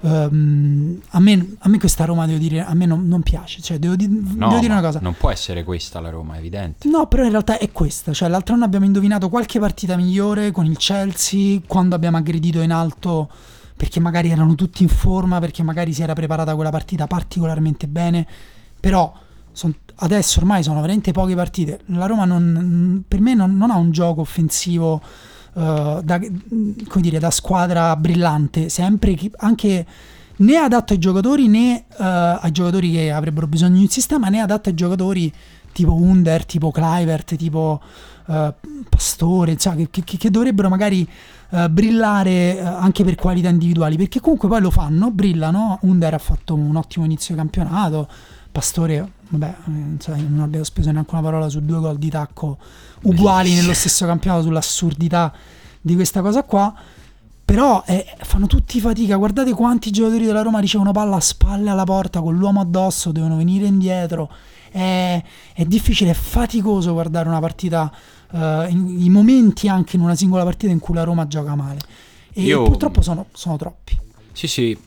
um, a, me, a me questa Roma, devo dire, a me non, non piace, cioè devo, di, no, devo dire una cosa, non può essere questa la Roma, è evidente. No, però in realtà è questa, cioè l'altro anno abbiamo indovinato qualche partita migliore con il Chelsea, quando abbiamo aggredito in alto perché magari erano tutti in forma, perché magari si era preparata quella partita particolarmente bene. Però son, adesso ormai sono veramente poche partite. La Roma non, per me non, non ha un gioco offensivo uh, da, come dire, da squadra brillante, sempre chi, anche né adatto ai giocatori, né uh, ai giocatori che avrebbero bisogno di un sistema, né adatto ai giocatori tipo Under, tipo Kluivert, tipo uh, Pastore, cioè, che, che, che dovrebbero magari uh, brillare uh, anche per qualità individuali, perché comunque poi lo fanno, brillano. Under ha fatto un ottimo inizio di campionato, Pastore, vabbè, eh, cioè, non abbiamo speso neanche una parola su due gol di tacco uguali nello stesso campionato, sull'assurdità di questa cosa qua. Però eh, fanno tutti fatica. Guardate quanti giocatori della Roma ricevono palla a spalle alla porta con l'uomo addosso, devono venire indietro. È, è difficile, è faticoso guardare una partita, uh, in, i momenti anche in una singola partita in cui la Roma gioca male. E Io... purtroppo sono, sono troppi. Sì, sì.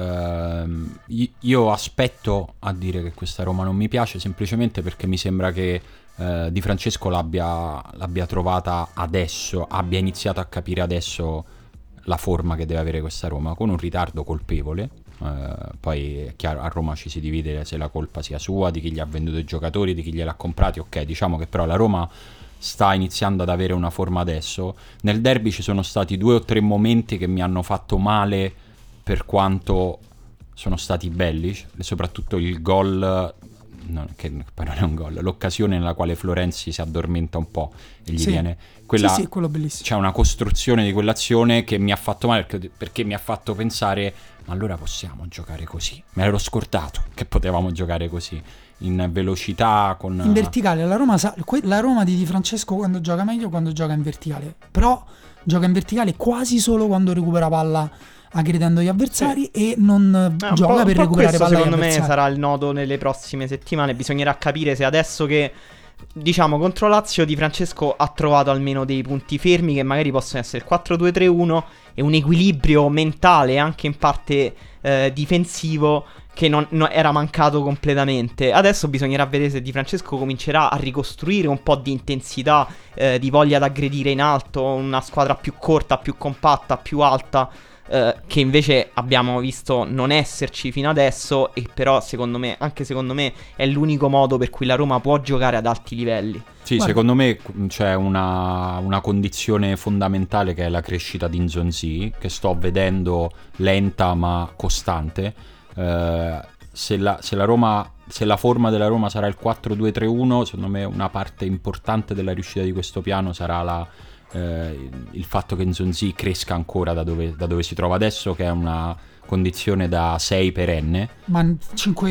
Uh, io aspetto a dire che questa Roma non mi piace, semplicemente perché mi sembra che uh, Di Francesco l'abbia, l'abbia trovata adesso, abbia iniziato a capire adesso la forma che deve avere questa Roma, con un ritardo colpevole. Uh, poi è chiaro, a Roma ci si divide se la colpa sia sua, di chi gli ha venduto i giocatori, di chi gliel'ha comprati. Ok, diciamo che però la Roma sta iniziando ad avere una forma adesso. Nel derby ci sono stati due o tre momenti che mi hanno fatto male, per quanto sono stati belli, soprattutto il gol, no, che poi non è un gol, l'occasione nella quale Florenzi si addormenta un po' e gli sì. viene quella, sì, sì, quello bellissimo. c'è una costruzione di quell'azione che mi ha fatto male, perché, perché mi ha fatto pensare: ma allora possiamo giocare così? Me l'ero scordato che potevamo giocare così, in velocità, con in verticale. La Roma, sa, la Roma di Di Francesco quando gioca meglio, quando gioca in verticale, però gioca in verticale quasi solo quando recupera palla aggredendo gli avversari, sì. E non eh, gioca per recuperare palla. Secondo me sarà il nodo nelle prossime settimane. Bisognerà capire se adesso che, diciamo, contro Lazio Di Francesco ha trovato almeno dei punti fermi, che magari possono essere il quattro due tre uno e un equilibrio mentale anche in parte eh, difensivo che non, non era mancato completamente. Adesso bisognerà vedere se Di Francesco comincerà a ricostruire un po' di intensità, eh, di voglia ad aggredire in alto, una squadra più corta, più compatta, più alta, Uh, che invece abbiamo visto non esserci fino adesso. E però secondo me, anche secondo me, è l'unico modo per cui la Roma può giocare ad alti livelli. Sì, Guarda. secondo me c'è una, una condizione fondamentale, che è la crescita di Nzonzi, che sto vedendo lenta ma costante. Uh, se, la, se la Roma, se la forma della Roma sarà il quattro due tre uno, secondo me una parte importante della riuscita di questo piano sarà la Eh, il fatto che Nzonzi cresca ancora da dove, da dove si trova adesso, che è una condizione da sei perenne, ma cinque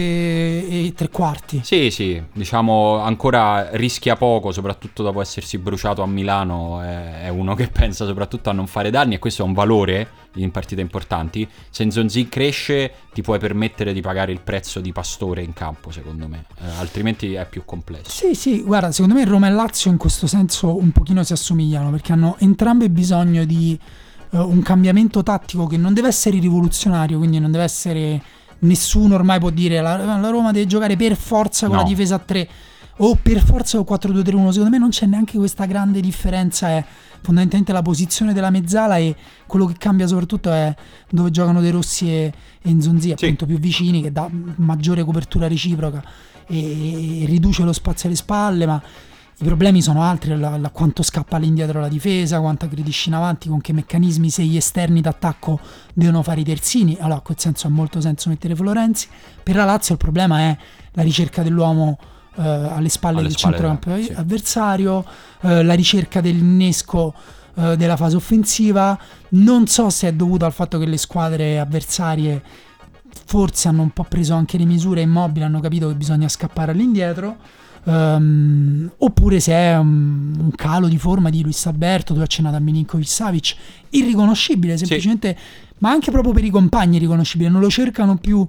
e tre quarti. Sì, sì, diciamo ancora rischia poco, soprattutto dopo essersi bruciato a Milano. È, è uno che pensa soprattutto a non fare danni, e questo è un valore in partite importanti. Se Nzonzi cresce ti puoi permettere di pagare il prezzo di Pastore in campo, secondo me, eh, altrimenti è più complesso. Sì, sì, guarda, secondo me Roma e Lazio in questo senso un pochino si assomigliano, perché hanno entrambe bisogno di uh, un cambiamento tattico che non deve essere rivoluzionario, quindi non deve essere, nessuno ormai può dire la, la Roma deve giocare per forza con no. la difesa a tre o per forza con quattro due tre uno. Secondo me non c'è neanche questa grande differenza, è fondamentalmente la posizione della mezzala, e quello che cambia soprattutto è dove giocano De Rossi e, e Nzonzi, sì. appunto più vicini, che dà maggiore copertura reciproca e, e riduce lo spazio alle spalle. Ma i problemi sono altri, la, la, quanto scappa all'indietro la difesa, quanto aggredisce in avanti, con che meccanismi, se gli esterni d'attacco devono fare i terzini. Allora a quel senso ha molto senso mettere Florenzi. Per la Lazio il problema è la ricerca dell'uomo Uh, alle spalle alle del spalle, centrocampo sì. avversario, uh, la ricerca dell'innesco uh, della fase offensiva. Non so se è dovuto al fatto che le squadre avversarie forse hanno un po' preso anche le misure, Immobili, hanno capito che bisogna scappare all'indietro, um, oppure se è un, un calo di forma di Luis Alberto. Tu hai accennato a Milinkovic-Savic, irriconoscibile semplicemente, sì. ma anche proprio per i compagni irriconoscibile, non lo cercano più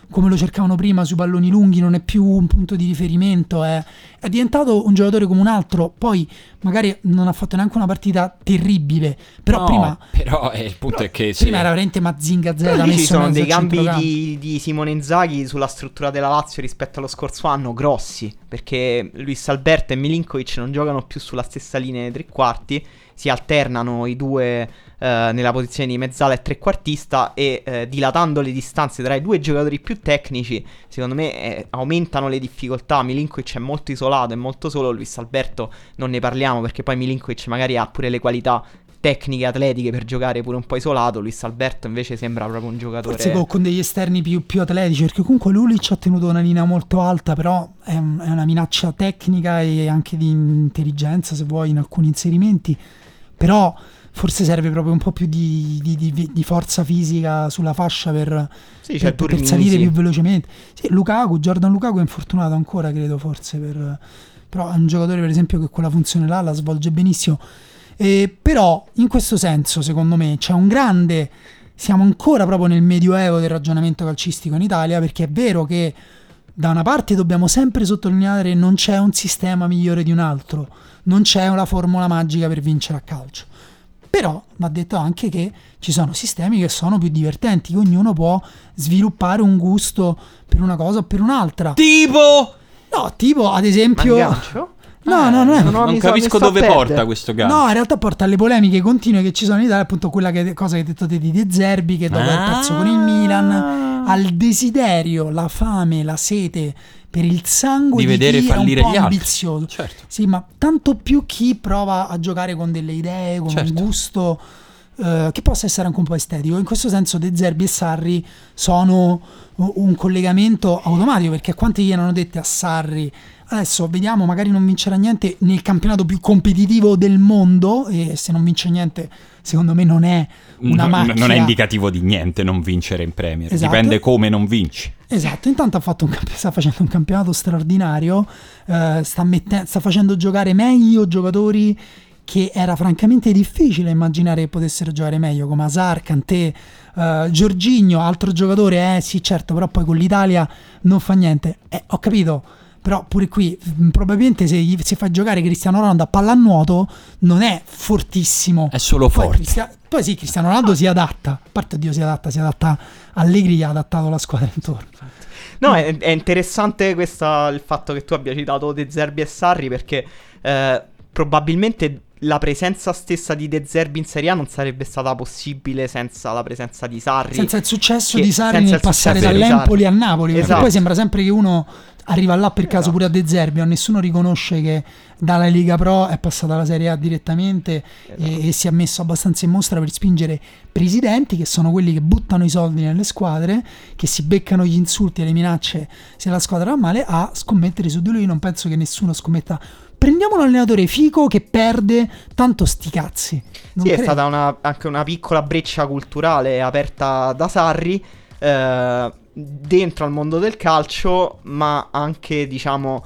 come lo cercavano prima sui palloni lunghi, non è più un punto di riferimento, è, è diventato un giocatore come un altro. Poi magari non ha fatto neanche una partita terribile, però no, prima però eh, il punto però è che prima sì. era veramente Mazinga Z Però lì ci messo sono mezzo dei a cambi centrocampo. di, di Simone Inzaghi sulla struttura della Lazio rispetto allo scorso anno grossi, perché Luis Alberto e Milinkovic non giocano più sulla stessa linea dei tre quarti, si alternano i due eh, nella posizione di mezzala e trequartista e eh, dilatando le distanze tra i due giocatori più tecnici, secondo me eh, aumentano le difficoltà. Milinkovic è molto isolato, è molto solo, Luis Alberto non ne parliamo, perché poi Milinkovic magari ha pure le qualità tecniche, atletiche per giocare pure un po' isolato. Luis Alberto invece sembra proprio un giocatore forse con, con degli esterni più, più atletici, perché comunque Lulic ha tenuto una linea molto alta, però è, un, è una minaccia tecnica e anche di intelligenza, se vuoi, in alcuni inserimenti. Però forse serve proprio un po' più di, di, di, di forza fisica sulla fascia per, sì, per, per salire più velocemente. Sì, Lukaku, Jordan Lukaku è infortunato ancora, credo, forse per, però è un giocatore per esempio che quella funzione là la svolge benissimo. Eh, però in questo senso secondo me c'è un grande, siamo ancora proprio nel medioevo del ragionamento calcistico in Italia, perché è vero che da una parte dobbiamo sempre sottolineare che non c'è un sistema migliore di un altro, non c'è una formula magica per vincere a calcio, però va detto anche che ci sono sistemi che sono più divertenti, che ognuno può sviluppare un gusto per una cosa o per un'altra. Tipo no, tipo ad esempio Mangancio? No, eh, no, no, non, non, non capisco dove porta questo gancio. No, in realtà porta alle polemiche continue che ci sono in Italia, appunto quella che, cosa che hai detto te di De Zerbi, che dopo ah. il pezzo con il Milan, al desiderio, la fame, la sete per il sangue di, di vedere chi fallire è un po' gli altri. ambizioso. Certo. Sì, ma tanto più chi prova a giocare con delle idee, con certo. un gusto Uh, che possa essere anche un po' estetico. In questo senso De Zerbi e Sarri sono un collegamento automatico, perché quanti gli hanno dette a Sarri adesso vediamo, magari non vincerà niente nel campionato più competitivo del mondo, e se non vince niente secondo me non è una no, macchina, non è indicativo di niente non vincere in Premier, esatto. Dipende come non vinci. Esatto, intanto ha fatto un camp- sta facendo un campionato straordinario, uh, sta, mette- sta facendo giocare meglio giocatori che era francamente difficile immaginare che potessero giocare meglio, come Hazard, Kanté, uh, Jorginho, altro giocatore, eh sì certo, però poi con l'Italia non fa niente. Eh, ho capito, però pure qui probabilmente se gli, se fai giocare Cristiano Ronaldo a pallanuoto non è fortissimo. È solo poi forte. Cristia- poi sì, Cristiano Ronaldo si adatta, a parte Dio si adatta, si adatta Allegri, gli ha adattato la squadra intorno. No, è, è interessante questa, il fatto che tu abbia citato De Zerbi e Sarri, perché eh, probabilmente la presenza stessa di De Zerbi in Serie A non sarebbe stata possibile senza la presenza di Sarri. Senza il successo che, di Sarri nel passare dall'Empoli a Napoli, perché esatto. poi sembra sempre che uno arriva là per caso esatto. pure a De Zerbi, o nessuno riconosce che dalla Lega Pro è passata alla Serie A direttamente, esatto. e, e si è messo abbastanza in mostra per spingere presidenti che sono quelli che buttano i soldi nelle squadre, che si beccano gli insulti e le minacce se la squadra va male, a scommettere su di lui. Non penso che nessuno scommetta. Prendiamo un allenatore fico che perde, tanto sti cazzi. Non sì, credo. È stata una, anche una piccola breccia culturale aperta da Sarri eh, dentro al mondo del calcio, ma anche, diciamo,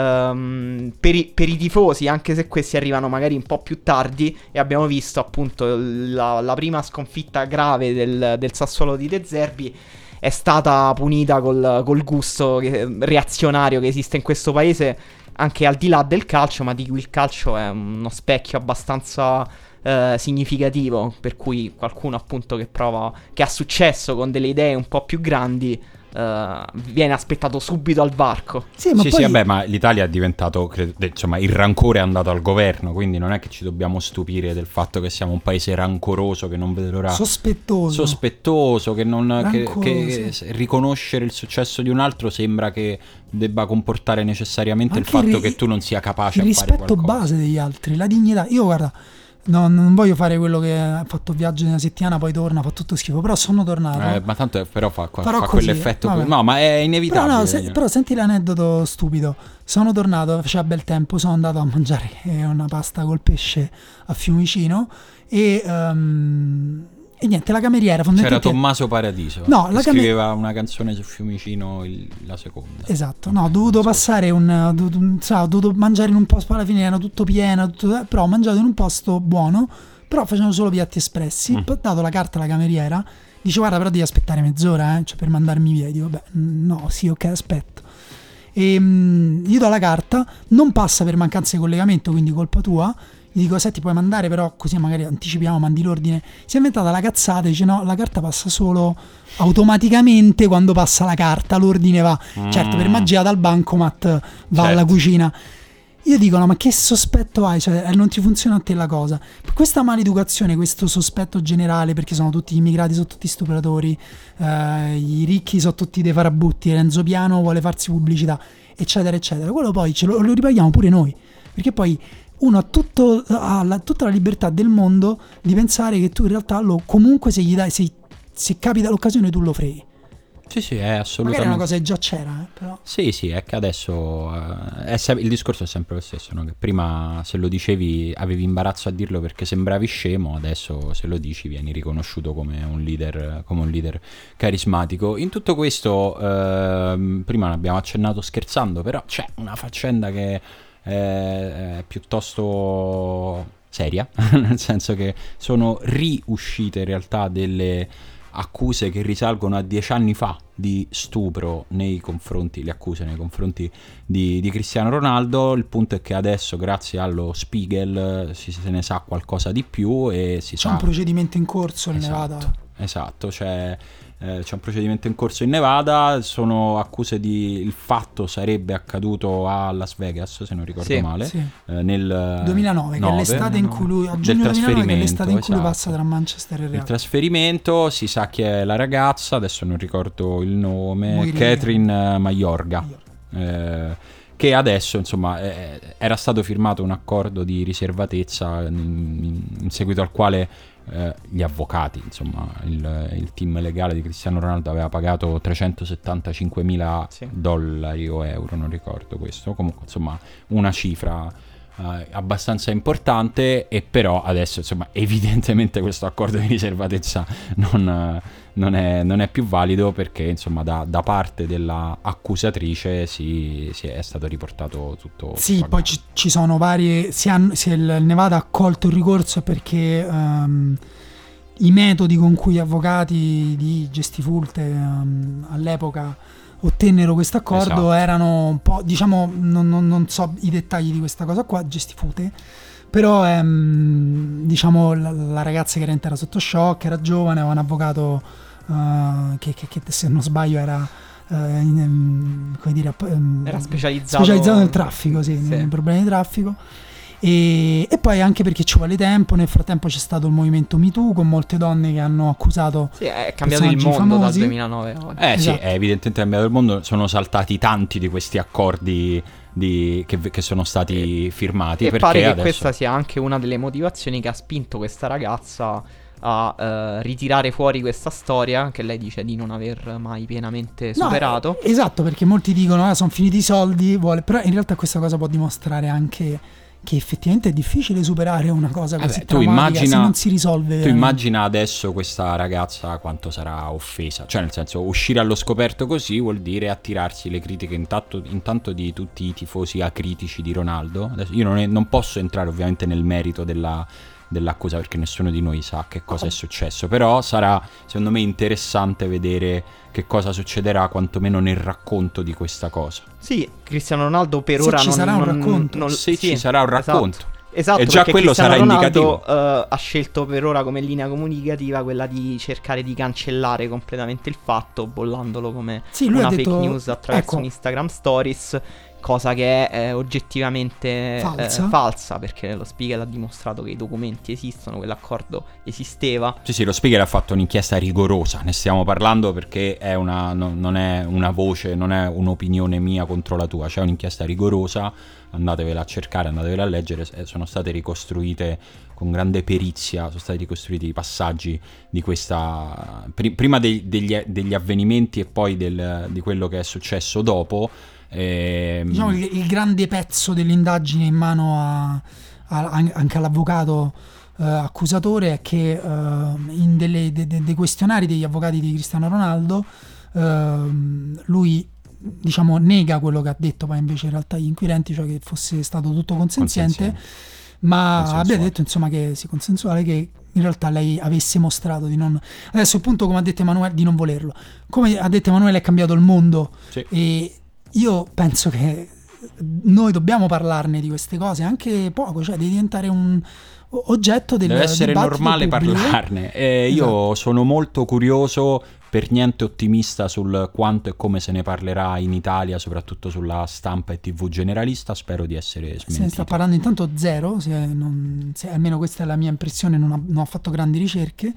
ehm, per, i, per i tifosi, anche se questi arrivano magari un po' più tardi, e abbiamo visto appunto la, la prima sconfitta grave del, del Sassuolo di De Zerbi è stata punita col, col gusto che, reazionario che esiste in questo paese, anche al di là del calcio, ma di cui il calcio è uno specchio abbastanza eh, significativo, per cui qualcuno appunto che prova, che ha successo con delle idee un po' più grandi, Uh, viene aspettato subito al varco. Sì, ma sì, poi... sì, vabbè, ma l'Italia è diventato, credo, insomma, il rancore è andato al governo, quindi non è che ci dobbiamo stupire del fatto che siamo un paese rancoroso che non vede l'ora, sospettoso, sospettoso, che non che, che sì. riconoscere il successo di un altro sembra che debba comportare necessariamente anche il fatto il ri- che tu non sia capace il a fare rispetto qualcosa. base degli altri, la dignità. Io guarda, no, non voglio fare quello che ha fatto viaggio di una settimana, poi torna, fa tutto schifo, però sono tornato. Eh, ma tanto è, però fa, fa Farò così, quell'effetto. vabbè. No, ma è inevitabile. Però, no, se, però senti l'aneddoto stupido. Sono tornato, faceva bel tempo, sono andato a mangiare una pasta col pesce a Fiumicino e, um, e niente, la cameriera C'era fondamentalmente... Tommaso Paradiso, No, che la cam- scriveva una canzone su Fiumicino, il, la seconda. Esatto, no, ho dovuto passare un, ho dovuto, so, ho dovuto mangiare in un posto, alla fine era tutto pieno, tutto, però ho mangiato in un posto buono, però facevano solo piatti espressi, Mm. ho dato la carta alla cameriera dice guarda però devi aspettare mezz'ora eh, cioè per mandarmi via. Io dico vabbè no sì ok aspetto. E mh, gli do la carta, non passa per mancanza di collegamento, quindi colpa tua. Gli dico senti puoi mandare però così magari anticipiamo, mandi l'ordine. Si è inventata la cazzata, dice no la carta passa solo automaticamente quando passa la carta, l'ordine va mm. certo per magia dal bancomat va certo. alla cucina. Io dico no ma che sospetto hai, cioè non ti funziona a te la cosa. Questa maleducazione, questo sospetto generale, perché sono tutti immigrati, sono tutti stupratori, eh, i ricchi sono tutti dei farabutti, Renzo Piano vuole farsi pubblicità eccetera eccetera, quello poi ce lo, lo ripaghiamo pure noi, perché poi uno ha, tutto, ha la, tutta la libertà del mondo di pensare che tu in realtà lo, comunque se gli dai, se, se capita l'occasione tu lo freghi. Sì, sì, è assolutamente. Magari è una cosa che già c'era, eh, però. Sì, sì, è che adesso uh, è se- il discorso è sempre lo stesso, no? Che prima se lo dicevi avevi imbarazzo a dirlo perché sembravi scemo, adesso se lo dici vieni riconosciuto come un leader, come un leader carismatico. In tutto questo, uh, prima l'abbiamo accennato scherzando, però c'è una faccenda che è piuttosto seria, nel senso che sono riuscite in realtà delle accuse che risalgono a dieci anni fa di stupro nei confronti, le accuse nei confronti di, di Cristiano Ronaldo. Il punto è che adesso grazie allo Spiegel si, se ne sa qualcosa di più e si c'è sa... un procedimento in corso in esatto, Nevada. Esatto, c'è... Eh, c'è un procedimento in corso in Nevada, sono accuse di il fatto sarebbe accaduto a Las Vegas se non ricordo sì, male sì. Eh, nel duemilanove che è l'estate in cui lui a giugno duemilanove che è l'estate in cui lui passa tra Manchester e Real. Il trasferimento, si sa chi è la ragazza, adesso non ricordo il nome, Moirini. Catherine Mayorga, eh, che adesso insomma eh, era stato firmato un accordo di riservatezza in, in, in seguito al quale eh, gli avvocati, insomma il, il team legale di Cristiano Ronaldo aveva pagato trecentosettantacinquemila sì. dollari o euro, non ricordo questo, comunque insomma una cifra eh, abbastanza importante, e però adesso insomma evidentemente questo accordo di riservatezza non... Non è, non è più valido perché insomma da, da parte della accusatrice si, si è stato riportato tutto. Sì, tutto poi ci, ci sono varie. Si hanno, se il Nevada ha accolto il ricorso perché um, i metodi con cui gli avvocati di Gestifulte um, all'epoca ottennero questo accordo esatto. erano un po', diciamo, non, non, non so i dettagli di questa cosa qua, Gestifute. Però ehm, diciamo la, la ragazza che era, era sotto shock, era giovane, aveva un avvocato uh, che, che, che se non sbaglio era uh, in, come dire, um, era specializzato specializzato nel traffico, sì, sì. nei problemi di traffico. E, e poi anche perché ci vuole tempo, nel frattempo c'è stato il movimento Me Too con molte donne che hanno accusato. Sì, è cambiato il mondo famosi. Dal duemilanove a oggi. Eh esatto. sì, è evidentemente cambiato il mondo, sono saltati tanti di questi accordi Di, che, che sono stati e, firmati e perché pare che adesso... questa sia anche una delle motivazioni che ha spinto questa ragazza a uh, ritirare fuori questa storia che lei dice di non aver mai pienamente superato. No, esatto, perché molti dicono ah, sono finiti i soldi, vuole... però in realtà questa cosa può dimostrare anche che effettivamente è difficile superare una cosa così eh beh, tu immagina, se non si risolve. Tu veramente. Immagina adesso questa ragazza quanto sarà offesa, cioè nel senso uscire allo scoperto così vuol dire attirarsi le critiche intanto, intanto di tutti i tifosi acritici di Ronaldo. Adesso io non, è, non posso entrare ovviamente nel merito della dell'accusa perché nessuno di noi sa che cosa è successo, però sarà secondo me interessante vedere che cosa succederà quantomeno nel racconto di questa cosa. Sì, Cristiano Ronaldo per se ora ci non, sarà un non, racconto non, se sì, ci sarà un racconto esatto. Esatto, e già quello Cristiano sarà Ronaldo, indicativo. Uh, ha scelto per ora come linea comunicativa quella di cercare di cancellare completamente il fatto, bollandolo come sì, lui una ha fake detto, news attraverso ecco, un Instagram Stories, cosa che è eh, oggettivamente falsa. Eh, falsa, perché lo Spiegel ha dimostrato che i documenti esistono, quell'accordo esisteva. Sì, sì, lo Spiegel ha fatto un'inchiesta rigorosa, ne stiamo parlando perché è una, no, non è una voce, non è un'opinione mia contro la tua, c'è un'inchiesta rigorosa, andatevela a cercare, andatevela a leggere, sono state ricostruite con grande perizia, sono stati ricostruiti i passaggi di questa, pr- prima dei, degli, degli avvenimenti e poi del, di quello che è successo dopo. Ehm... Diciamo il, il grande pezzo dell'indagine in mano a, a, anche all'avvocato uh, accusatore è che uh, in delle, de, de, dei questionari degli avvocati di Cristiano Ronaldo uh, lui diciamo nega quello che ha detto poi invece in realtà gli inquirenti, cioè che fosse stato tutto consenziente, ma abbia detto insomma che si consensuale che in realtà lei avesse mostrato di non... Adesso il punto, come ha detto Emanuele, di non volerlo. Come ha detto Emanuele, è cambiato il mondo, Sì. e io penso che noi dobbiamo parlarne di queste cose, anche poco, cioè di diventare un oggetto del Deve essere dibattito normale pubblico. parlarne. Eh, io Esatto. sono molto curioso, per niente ottimista sul quanto e come se ne parlerà in Italia, soprattutto sulla stampa e tivù generalista. Spero di essere smentito. Se ne sta parlando intanto zero, se non- se almeno questa è la mia impressione, non, ha- non ho fatto grandi ricerche.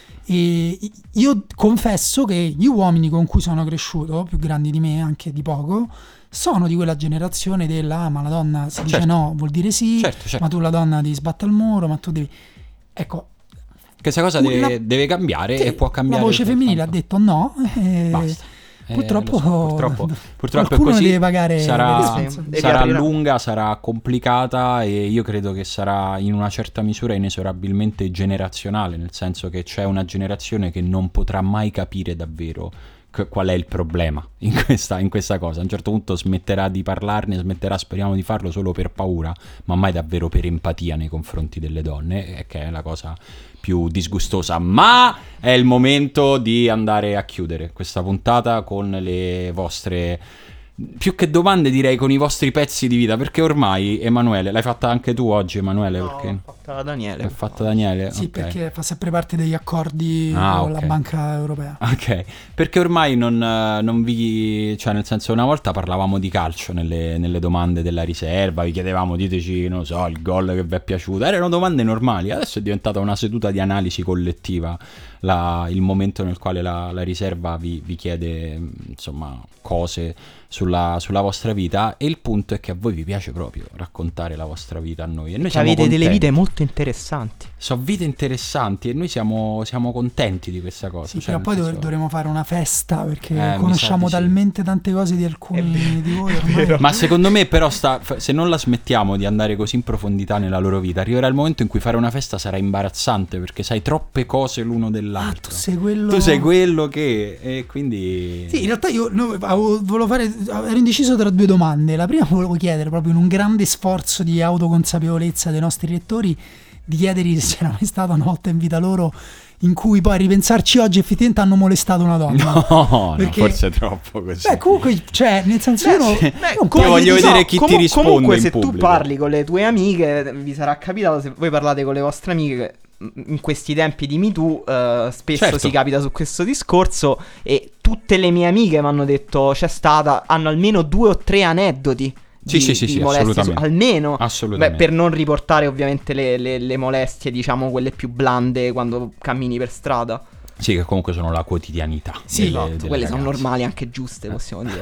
E io confesso che gli uomini con cui sono cresciuto, più grandi di me, anche di poco, sono di quella generazione della "ah, ma la donna si dice Certo. no, vuol dire sì, Certo, certo. ma tu la donna ti sbatte al muro, ma tu devi..." Ecco, Questa cosa la- deve, deve cambiare sì, e può cambiare. la voce femminile ha soltanto. detto no, e Basta. Eh, purtroppo, lo so, purtroppo, purtroppo è qualcuno così. deve pagare le sarà, responsabilità. sarà Devi aprirla. lunga, sarà complicata, e io credo che sarà in una certa misura inesorabilmente generazionale, nel senso che c'è una generazione che non potrà mai capire davvero che- qual è il problema in questa, in questa cosa. A un certo punto smetterà di parlarne, smetterà, speriamo di farlo, solo per paura, ma mai davvero per empatia nei confronti delle donne, eh, che è la cosa più disgustosa. Ma è il momento di andare a chiudere questa puntata con le vostre, più che domande direi con i vostri pezzi di vita, perché ormai, Emanuele, l'hai fatta anche tu oggi, Emanuele? No, Perché l'ho fatta Daniele. l'ha fatta Daniele? Sì, Ok. perché fa sempre parte degli accordi Ah, con ok. la Banca Europea. Ok, perché ormai non, eh, non vi... cioè nel senso, una volta parlavamo di calcio nelle, nelle domande della riserva, vi chiedevamo, diteci, non so, il gol che vi è piaciuto, erano domande normali, adesso è diventata una seduta di analisi collettiva, la- il momento nel quale la, la riserva vi, vi chiede, insomma, cose sulla, sulla vostra vita, e il punto è che a voi vi piace proprio raccontare la vostra vita a noi, e noi Che siamo avete delle contenti. vite molto interessanti. Sono vite interessanti e noi siamo, siamo contenti di questa cosa. Sì, cioè, prima o nel poi dov- senso- dovremo fare una festa, perché Eh, mi sa conosciamo di sì. talmente tante cose di alcuni di voi ormai. Ma secondo me però sta, f- se non la smettiamo di andare così in profondità nella loro vita, arriverà il momento in cui fare una festa sarà imbarazzante, perché sai troppe cose l'uno Ah, dell'altro. tu sei quello... Tu sei quello che... e quindi... Sì, in realtà io no, avevo- volevo fare, ero indeciso tra due domande. La prima volevo chiedere, proprio in un grande sforzo di autoconsapevolezza dei nostri lettori, di chiedergli se c'era mai stata una volta in vita loro in cui poi a ripensarci oggi effettivamente hanno molestato una donna. No, Perché- no, forse è troppo così. Beh, comunque, cioè, nel senso io, non- sì. io un po' Io voglio di- vedere chi ti comu- risponde Comunque, in se tu pubblico. parli con le tue amiche, vi sarà capitato, se voi parlate con le vostre amiche, che in questi tempi di Me Too eh, spesso Certo. si capita su questo discorso, e tutte le mie amiche mi hanno detto c'è stata, hanno almeno due o tre aneddoti. Sì, di- sì, sì, di sì, molestie su- assolutamente. almeno. Assolutamente. Beh, per non riportare ovviamente le, le- le molestie, diciamo, quelle più blande quando cammini per strada. Sì, che comunque sono la quotidianità. Sì, delle- esatto, delle Quelle sono ragazze. normali, anche giuste, possiamo dire.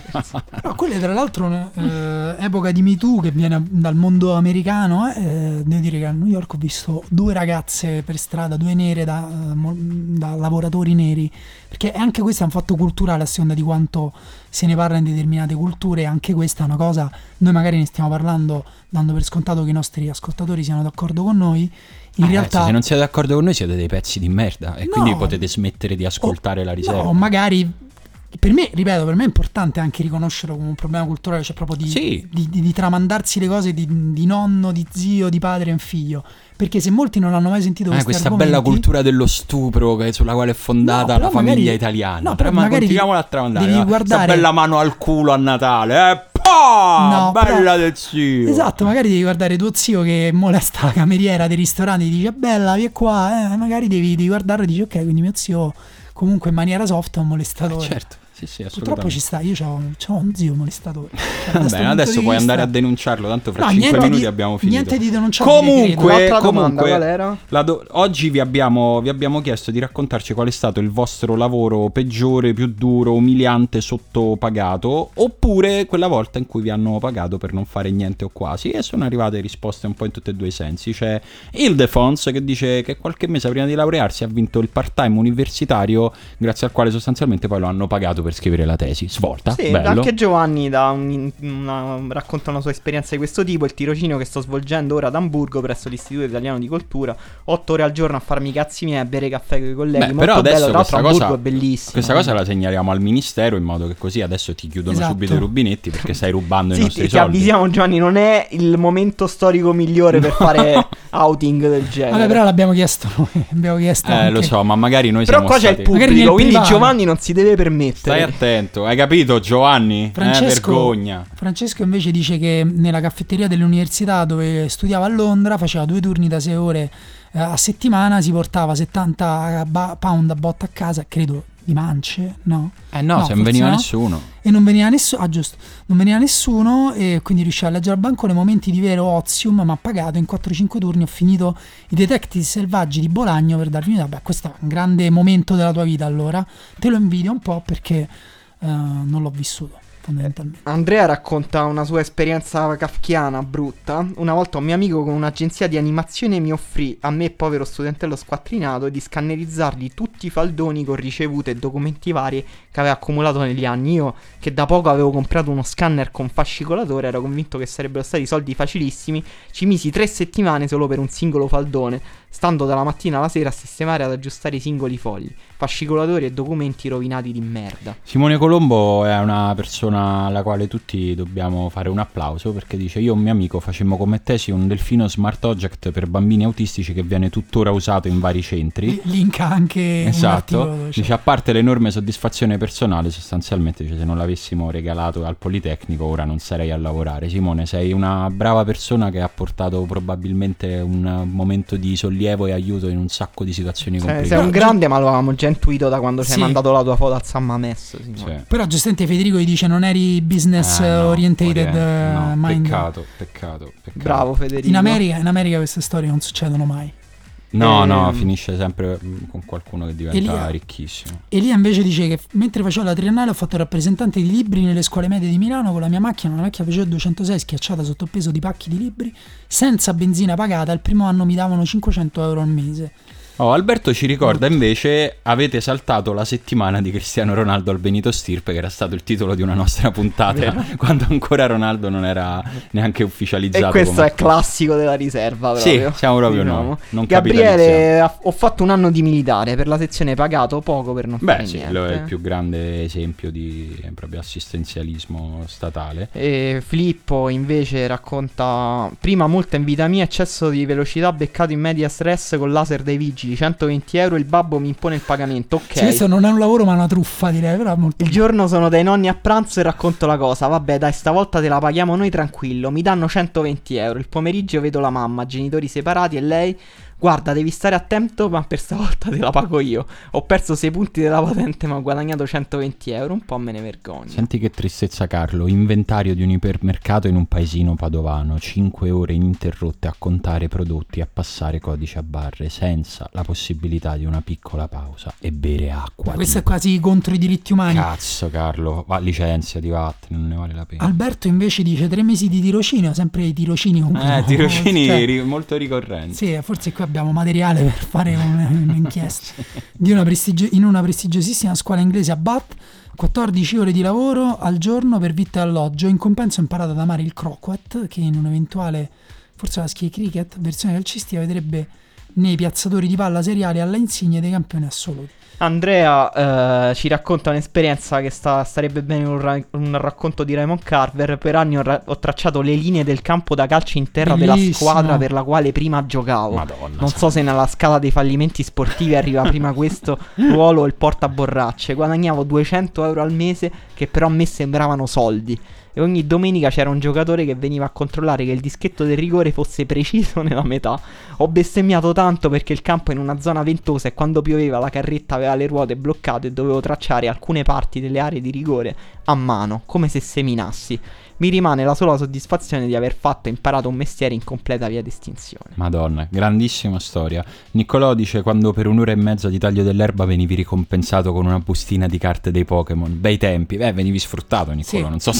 No, quella è tra l'altro un'epoca di Me Too che viene dal mondo americano. eh, devo dire che a New York ho visto due ragazze per strada, due nere da, eh, mo- da lavoratori neri, perché anche questo è un fatto culturale, a seconda di quanto se ne parla in determinate culture. Anche questa è una cosa, noi magari ne stiamo parlando dando per scontato che i nostri ascoltatori siano d'accordo con noi. In Ah, realtà ragazzi, se non siete d'accordo con noi siete dei pezzi di merda, e No. quindi potete smettere di ascoltare la riserva. no, magari per me, ripeto, per me è importante anche riconoscerlo come un problema culturale, cioè proprio di, Sì. di, di- di tramandarsi le cose di, di nonno, di zio, di padre in figlio. Perché se molti non hanno mai sentito Eh, questi questa argomenti, bella cultura dello stupro che- sulla quale è fondata No, la però famiglia magari- italiana. no, però ma magari continuiamola a tramandare. devi eh. guardare- Questa bella mano al culo a Natale, eh? Pah! No, bella però- del zio. Esatto, magari devi guardare tuo zio che molesta la cameriera dei ristoranti e dice bella, vieni qua, eh, magari devi, devi guardarlo e dici ok, quindi mio zio comunque in maniera soft è un molestatore. Eh, certo, sì, sì, Purtroppo assolutamente. ci sta, io c'ho, c'ho un zio molestatore. Cioè, da sto Bene, punto adesso di puoi vista- andare a denunciarlo, tanto fra No, cinque niente minuti di- abbiamo finito. niente di denunciabile, Comunque, credo. Un'altra domanda, comunque qual era? la do- oggi vi abbiamo, vi abbiamo chiesto di raccontarci qual è stato il vostro lavoro peggiore, più duro, umiliante, sottopagato, oppure quella volta in cui vi hanno pagato per non fare niente o quasi, e sono arrivate risposte un po' in tutti e due i sensi. C'è Ildefons che dice che qualche mese prima di laurearsi ha vinto il part-time universitario, grazie al quale sostanzialmente poi lo hanno pagato per per scrivere la tesi. Svolta, Sì, bello. anche Giovanni da un, una, racconta una sua esperienza di questo tipo. Il tirocinio che sto svolgendo ora ad Amburgo presso l'Istituto Italiano di Cultura, otto ore al giorno a farmi i cazzi miei, a bere caffè con i colleghi. Beh, molto però adesso bello, tra l'altro questa Amburgo cosa, è bellissimo. questa cosa la segnaliamo al ministero, in modo che così adesso ti chiudono Esatto. subito i rubinetti, perché stai rubando Sì, i nostri ti soldi. avvisiamo, Giovanni, non è il momento storico migliore per fare outing del genere. Vabbè, però l'abbiamo chiesto noi. Abbiamo chiesto Eh, anche- lo so, ma magari noi Però siamo qua c'è il stati... Magari pubblico, nel quindi privato. Giovanni non si deve permettere. Stai attento, hai capito Giovanni? Francesco, Eh, vergogna. Francesco invece dice che nella caffetteria dell'università dove studiava a Londra faceva due turni da sei ore eh, a settimana, si portava settanta ba- pound a botta a casa, credo di mance, no? Eh no, No, se non forse veniva no. nessuno. E non veniva nessuno, ah giusto, non veniva nessuno e quindi riusciva a leggere al bancone momenti di vero ozium, ma pagato in quattro cinque turni. Ho finito i Detective Selvaggi di Bolagno per darvi un'idea. Beh, questo è un grande momento della tua vita, allora te lo invidio un po' perché eh, non l'ho vissuto fondamentalmente. Andrea racconta una sua esperienza kafkiana brutta. Una volta un mio amico con un'agenzia di animazione mi offrì, a me povero studentello squattrinato, di scannerizzargli tutti i faldoni con ricevute e documenti vari che aveva accumulato negli anni. Io, che da poco avevo comprato uno scanner con fascicolatore, ero convinto che sarebbero stati soldi facilissimi. Ci misi tre settimane solo per un singolo faldone, stando dalla mattina alla sera a sistemare e ad aggiustare i singoli fogli, fascicolatori e documenti rovinati di merda. Simone Colombo è una persona alla quale tutti dobbiamo fare un applauso, perché dice: io e un mio amico facemmo come tesi un Delfino Smart Object per bambini autistici che viene tuttora usato in vari centri. Linka anche un Esatto, articolo dove c'è. dice: a parte l'enorme soddisfazione personale, sostanzialmente dice, se non l'avessimo regalato al Politecnico ora non sarei a lavorare. Simone, sei una brava persona che ha portato probabilmente un momento di sollievo e aiuto in un sacco di situazioni Sei, complicate. sei un grande, ma lo avevamo già intuito da quando ci hai Sì. mandato la tua foto al San Mamés. Simone. Sì. Però giustamente Federico gli dice non eri business Eh, no, orientated orient- uh, no, mind. peccato, peccato, peccato. Bravo Federico. In America, in America queste storie non succedono mai. No, no, Ehm. finisce sempre mm, con qualcuno che diventa Elia. ricchissimo. Elia invece dice che mentre facevo la triennale ho fatto il rappresentante di libri nelle scuole medie di Milano con la mia macchina, una vecchia Peugeot duecentosei schiacciata sotto il peso di pacchi di libri, senza benzina pagata. Il primo anno mi davano cinquecento euro al mese. Oh, Alberto ci ricorda invece: avete saltato la settimana di Cristiano Ronaldo al Benito Stirpe, che era stato il titolo di una nostra puntata, Vero. quando ancora Ronaldo non era neanche ufficializzato. E questo come- è classico della riserva Sì, proprio. siamo proprio diciamo. noi, non Gabriele, ha- ho fatto un anno di militare, per la sezione pagato poco per non fare Beh, sì, niente. lo è il più grande esempio di eh, proprio assistenzialismo statale. E Filippo invece racconta: prima multa in vita mia, eccesso di velocità beccato in media stress con laser dai vigili, centoventi euro, il babbo mi impone il pagamento, ok. Sì, questo non è un lavoro ma una truffa, direi, però è molto Il giorno sono dai nonni a pranzo e racconto la cosa. Vabbè, dai, stavolta te la paghiamo noi tranquillo. Mi danno centoventi euro. Il pomeriggio vedo la mamma, genitori separati, e lei: guarda, devi stare attento, ma per stavolta te la pago io. Ho perso sei punti della patente, ma ho guadagnato centoventi euro. Un po' me ne vergogno. Senti che tristezza, Carlo. Inventario di un ipermercato in un paesino padovano. cinque ore ininterrotte a contare prodotti, a passare codici a barre, senza la possibilità di una piccola pausa e bere acqua. Questo è tipo. quasi contro i diritti umani. Cazzo, Carlo, va, licenziati, vattene, non ne vale la pena. Alberto invece dice tre mesi di tirocinio, sempre i tirocini comunque. Eh, tirocini Cioè, ri- molto ricorrenti. sì, forse qui abbiamo materiale per fare un- un'inchiesta di una prestigio- in una prestigiosissima scuola inglese a Bath. quattordici ore di lavoro al giorno per vitto e alloggio. In compenso ho imparato ad amare il croquet, che in un'eventuale, forse la ski cricket, versione calcistica vedrebbe nei piazzatori di palla seriali alla insigne dei campioni assoluti. Andrea eh, ci racconta un'esperienza che sta, starebbe bene un, ra- un racconto di Raymond Carver. Per anni ho, ra- ho tracciato le linee del campo da calcio in terra della Bellissimo. squadra per la quale prima giocavo. Madonna. Non so se nella scala dei fallimenti sportivi arriva prima questo ruolo o il portaborracce. Guadagnavo duecento euro al mese, che però a me sembravano soldi. E ogni domenica c'era un giocatore che veniva a controllare che il dischetto del rigore fosse preciso nella metà. Ho bestemmiato tanto perché il campo è in una zona ventosa e quando pioveva la carretta aveva le ruote bloccate e dovevo tracciare alcune parti delle aree di rigore a mano, come se seminassi. Mi rimane la sola soddisfazione di aver fatto e imparato un mestiere in completa via d'estinzione. Madonna, grandissima storia. Niccolò dice: quando per un'ora e mezza di taglio dell'erba venivi ricompensato con una bustina di carte dei Pokémon. Bei tempi. Beh, venivi sfruttato, Niccolò. Sì. Non so se erano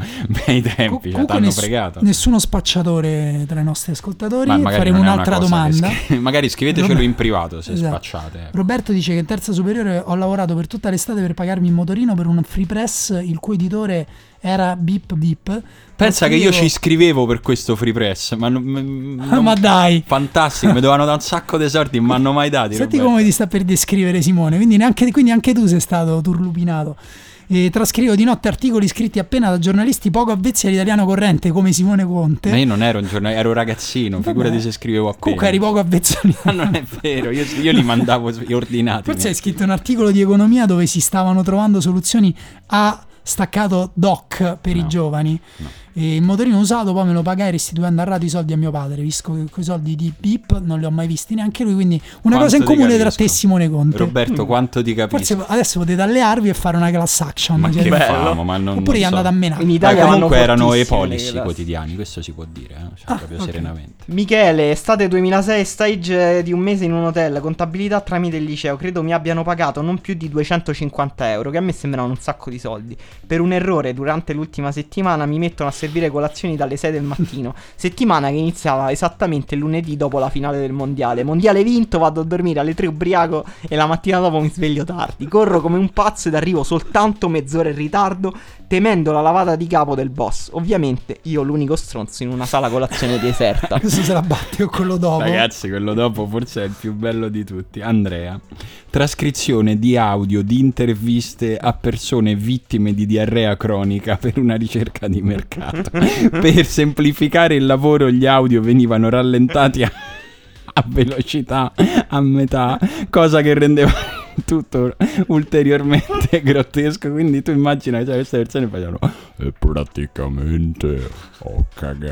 bei tempi, cioè, t'hanno ness- fregato. Nessuno spacciatore tra i nostri ascoltatori. Ma magari faremo non è un'altra una cosa che domanda. scri- magari scrivetecelo Rob- in privato se Esatto. spacciate. Roberto dice che in terza superiore ho lavorato per tutta l'estate per pagarmi il motorino per un free press il cui editore era Beep Beep. Pensa che io Scrivevo- ci iscrivevo per questo free press, ma, non, m- Ah, non- ma dai. fantastico, mi dovevano da un sacco di soldi, non mi hanno mai dati. Senti Roberto. come ti sta per descrivere Simone, quindi, neanche, quindi anche tu sei stato turlupinato. E trascrivo di notte articoli scritti appena da giornalisti poco avvezzi all'italiano corrente come Simone Conte. Ma io non ero un giornalista, ero ragazzino, Vabbè. figurati se scrivevo appena. Comunque eri poco avvezzo Ma all'italiano. non è vero, io, io li mandavo gli ordinati. Forse hai scritto un articolo di economia dove si stavano trovando soluzioni a staccato doc per No, i giovani. no. E il motorino usato poi me lo pagai restituendo a rate i soldi a mio padre, visto che quei soldi di Beep non li ho mai visti neanche lui, quindi una Quanto cosa in ti comune tra capisco. te e Simone Conte. Roberto, quanto ti capisco. Forse adesso potete allearvi e fare una class action. Ma cioè- che bello. famo, ma non, Oppure non è so. andata a menare. In Ma Italia comunque vanno erano i fortissime le policy classi. quotidiani, questo si può dire, eh? Cioè, Ah, proprio ok. serenamente. Michele, estate duemilasei, stage di un mese in un hotel, contabilità tramite il liceo, credo mi abbiano pagato non più di duecentocinquanta euro, che a me sembravano un sacco di soldi. Per un errore durante l'ultima settimana mi mettono a servire colazioni dalle sei del mattino, settimana che iniziava esattamente il lunedì dopo la finale del mondiale. Mondiale vinto, vado a dormire alle tre ubriaco e la mattina dopo mi sveglio tardi. Corro come un pazzo ed arrivo soltanto mezz'ora in ritardo, temendo la lavata di capo del boss. Ovviamente io l'unico stronzo in una sala colazione deserta. Questo se la batte o quello dopo. Ragazzi, quello dopo forse è il più bello di tutti. Andrea, trascrizione di audio di interviste a persone vittime di diarrea cronica per una ricerca di mercato. Per semplificare il lavoro gli audio venivano rallentati a, a velocità a metà, cosa che rendeva tutto ulteriormente grottesco. Quindi tu immagina che cioè, queste persone facevano e praticamente ho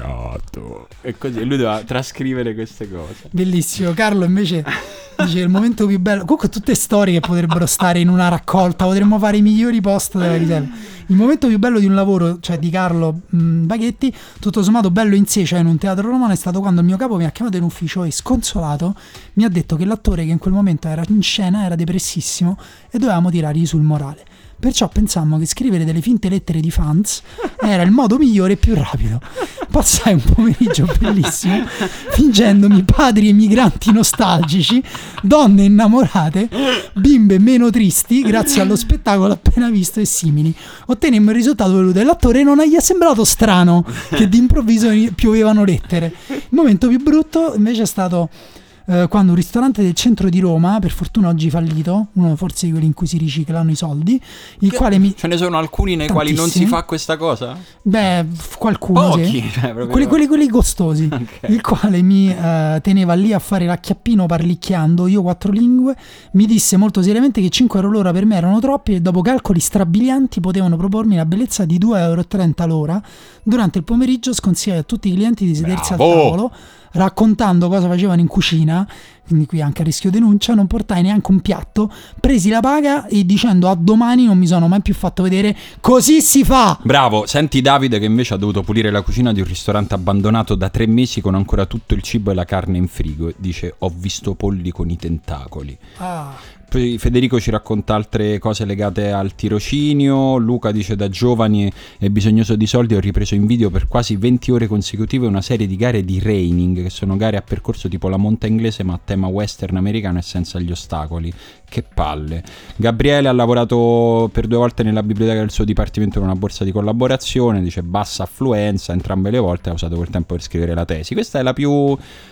cagato e così, e lui doveva trascrivere queste cose. Bellissimo. Carlo invece dice il momento più bello. Comunque tutte storie che potrebbero stare in una raccolta, potremmo fare i migliori post della riserva. Il momento più bello di un lavoro, cioè di Carlo mh, Baghetti, tutto sommato bello in sé, cioè in un teatro romano, è stato quando il mio capo mi ha chiamato in ufficio e sconsolato mi ha detto che l'attore che in quel momento era in scena era depressissimo e dovevamo tirargli sul morale. Perciò pensammo che scrivere delle finte lettere di fans era il modo migliore e più rapido. Passai un pomeriggio bellissimo fingendomi padri emigranti nostalgici, donne innamorate, bimbe meno tristi grazie allo spettacolo appena visto e simili. Ottenemmo il risultato voluto e l'attore non gli è sembrato strano che d'improvviso piovevano lettere. Il momento più brutto invece è stato Uh, quando un ristorante del centro di Roma, per fortuna oggi fallito, uno forse di quelli in cui si riciclano i soldi, il Che- quale mi... Ce ne sono alcuni nei quali non si Tantissimi. fa questa cosa? Beh, f- qualcuno Pochi, sì. cioè, proprio- quelli, quelli, quelli costosi. Ok. Il quale mi eh, teneva lì a fare l'acchiappino parlicchiando, io quattro lingue, mi disse molto seriamente che cinque euro l'ora per me erano troppi e dopo calcoli strabilianti potevano propormi la bellezza di due euro e trenta l'ora. Durante il pomeriggio sconsigliai a tutti i clienti di sedersi Bravo! al tavolo, raccontando cosa facevano in cucina, quindi qui anche a rischio denuncia, non portai neanche un piatto, presi la paga e dicendo a domani non mi sono mai più fatto vedere, così si fa! Bravo, senti Davide che invece ha dovuto pulire la cucina di un ristorante abbandonato da tre mesi con ancora tutto il cibo e la carne in frigo. Dice, ho visto polli con i tentacoli. Ah, Poi Federico ci racconta altre cose legate al tirocinio. Luca dice, da giovani e bisognoso di soldi ho ripreso in video per quasi venti ore consecutive una serie di gare di reining, che sono gare a percorso tipo la monta inglese ma a tema western americano e senza gli ostacoli. Che palle. Gabriele ha lavorato per due volte nella biblioteca del suo dipartimento con una borsa di collaborazione, dice bassa affluenza, entrambe le volte ha usato quel tempo per scrivere la tesi. Questa è la più...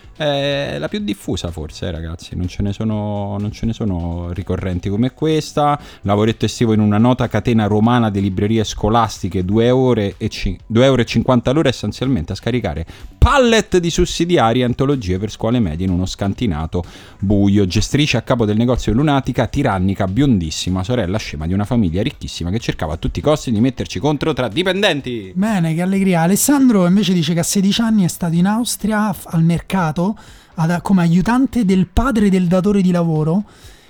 è la più diffusa forse, eh, ragazzi, non ce ne sono non ce ne sono ricorrenti come questa. Lavoretto estivo in una nota catena romana di librerie scolastiche, due euro e cinquanta l'ora essenzialmente a scaricare pallet di sussidiari e antologie per scuole medie in uno scantinato buio. Gestrice a capo del negozio lunatica, tirannica, biondissima, sorella scema di una famiglia ricchissima che cercava a tutti i costi di metterci contro tra dipendenti. bene, che allegria. Alessandro invece dice che a sedici anni è stato in Austria f- al mercato ad- come aiutante del padre del datore di lavoro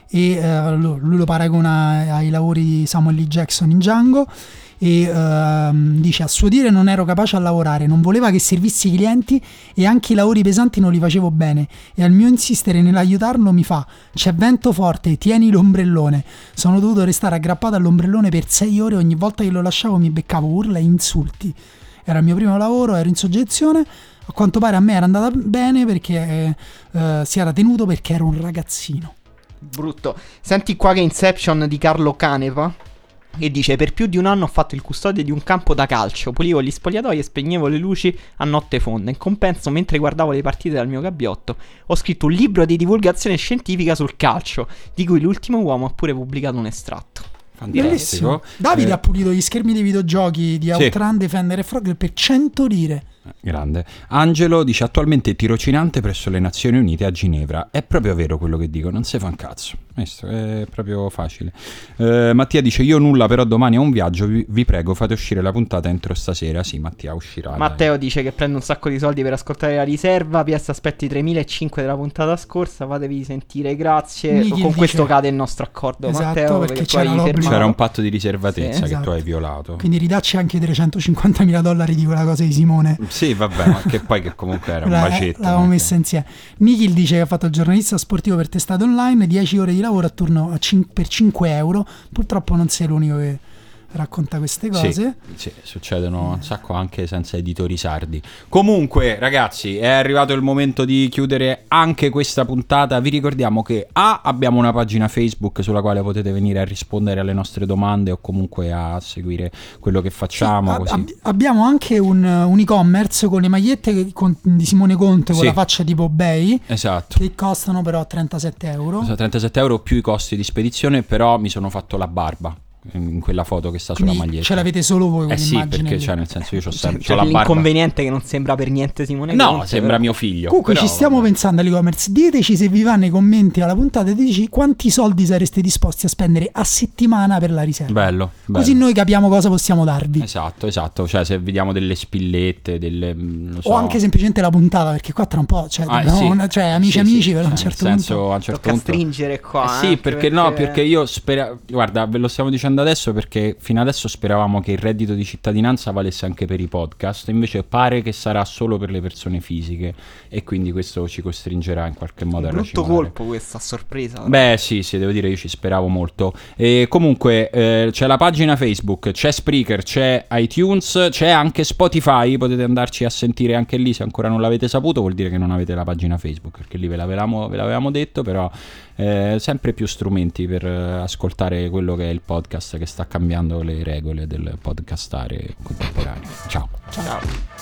e uh, lui lo paragona ai lavori di Samuel L. Jackson in Django e uh, dice: a suo dire non ero capace a lavorare, non voleva che servissi i clienti e anche i lavori pesanti non li facevo bene, e al mio insistere nell'aiutarlo mi fa: c'è vento forte, tieni l'ombrellone. Sono dovuto restare aggrappato all'ombrellone per sei ore, ogni volta che lo lasciavo mi beccavo urla e insulti. Era il mio primo lavoro, ero in soggezione. A quanto pare a me era andata bene perché eh, si era tenuto perché ero un ragazzino. Brutto. Senti qua che Inception di Carlo Canepa, che dice: per più di un anno ho fatto il custode di un campo da calcio, pulivo gli spogliatoi e spegnevo le luci a notte fonda. In compenso, mentre guardavo le partite dal mio gabbiotto, ho scritto un libro di divulgazione scientifica sul calcio, di cui L'ultimo uomo ha pure pubblicato un estratto. Fantastico. Davide eh, ha pulito gli schermi dei videogiochi di Outrun, sì. Defender e Frogger per cento lire. Grande. Angelo dice: attualmente tirocinante presso le Nazioni Unite a Ginevra. È proprio vero quello che dico, non si fa un cazzo. Questo è proprio facile. eh, Mattia dice: io nulla, però domani ho un viaggio, vi, vi prego fate uscire la puntata entro stasera. Sì, Mattia uscirà. Matteo dai. dice che prende un sacco di soldi per ascoltare la riserva. P S aspetti tremilacinquecento della puntata scorsa, fatevi sentire, grazie. Niki Con dice... questo cade il nostro accordo, esatto, Matteo, perché perché c'era, fermato... c'era un patto di riservatezza, sì, che esatto. tu hai violato. Quindi ridacci anche i trecentocinquantamila dollari di quella cosa di Simone. Sì, vabbè, ma che poi che comunque era un La, bacetto. l'avevamo messa insieme. Nikhil dice che ha fatto il giornalista sportivo per testate online, dieci ore di lavoro a turno a cin- per cinque euro. Purtroppo non sei l'unico che racconta queste cose. Sì, sì, succedono un sacco anche senza editori sardi. Comunque, ragazzi, è arrivato il momento di chiudere anche questa puntata. Vi ricordiamo che A, abbiamo una pagina Facebook sulla quale potete venire a rispondere alle nostre domande o comunque a seguire quello che facciamo. Sì, così. ab- abbiamo anche un, un e-commerce con le magliette con, di Simone Conte con sì. la faccia tipo Bay, esatto, che costano però trentasette euro. trentasette euro più i costi di spedizione, però mi sono fatto la barba in quella foto che sta sulla Quindi maglietta. ce l'avete solo voi Eh sì, quell'immagine perché lì. cioè nel senso io c'ho sempre Cioè, c'ho la barba. l'inconveniente è che non sembra per niente Simone No, Conte, sembra però. mio figlio. Comunque però, ci stiamo vabbè. pensando all'e-commerce. Diteci se vi va nei commenti alla puntata e dici quanti soldi sareste disposti a spendere a settimana per la riserva. Bello, bello. Così noi capiamo cosa possiamo darvi. Esatto, esatto. Cioè se vediamo delle spillette, delle non so. O anche semplicemente la puntata, perché qua tra un po', cioè, Ah, dobbiamo sì. una- cioè amici Sì, amici sì, per cioè, un certo nel senso, punto. a un certo Tocca punto stringere qua. Eh sì, eh, perché, no, perché io spero, guarda, ve lo stiamo dicendo adesso perché fino adesso speravamo che il reddito di cittadinanza valesse anche per i podcast, invece pare che sarà solo per le persone fisiche e quindi questo ci costringerà in qualche modo Un a brutto racimare. colpo questa sorpresa. Beh sì, sì, devo dire io ci speravo molto. E comunque eh, c'è la pagina Facebook, c'è Spreaker, c'è iTunes, c'è anche Spotify, potete andarci a sentire anche lì se ancora non l'avete saputo, vuol dire che non avete la pagina Facebook, perché lì ve l'avevamo, ve l'avevamo detto, però eh, sempre più strumenti per eh, ascoltare quello che è il podcast che sta cambiando le regole del podcastare contemporaneo. Ciao. Ciao.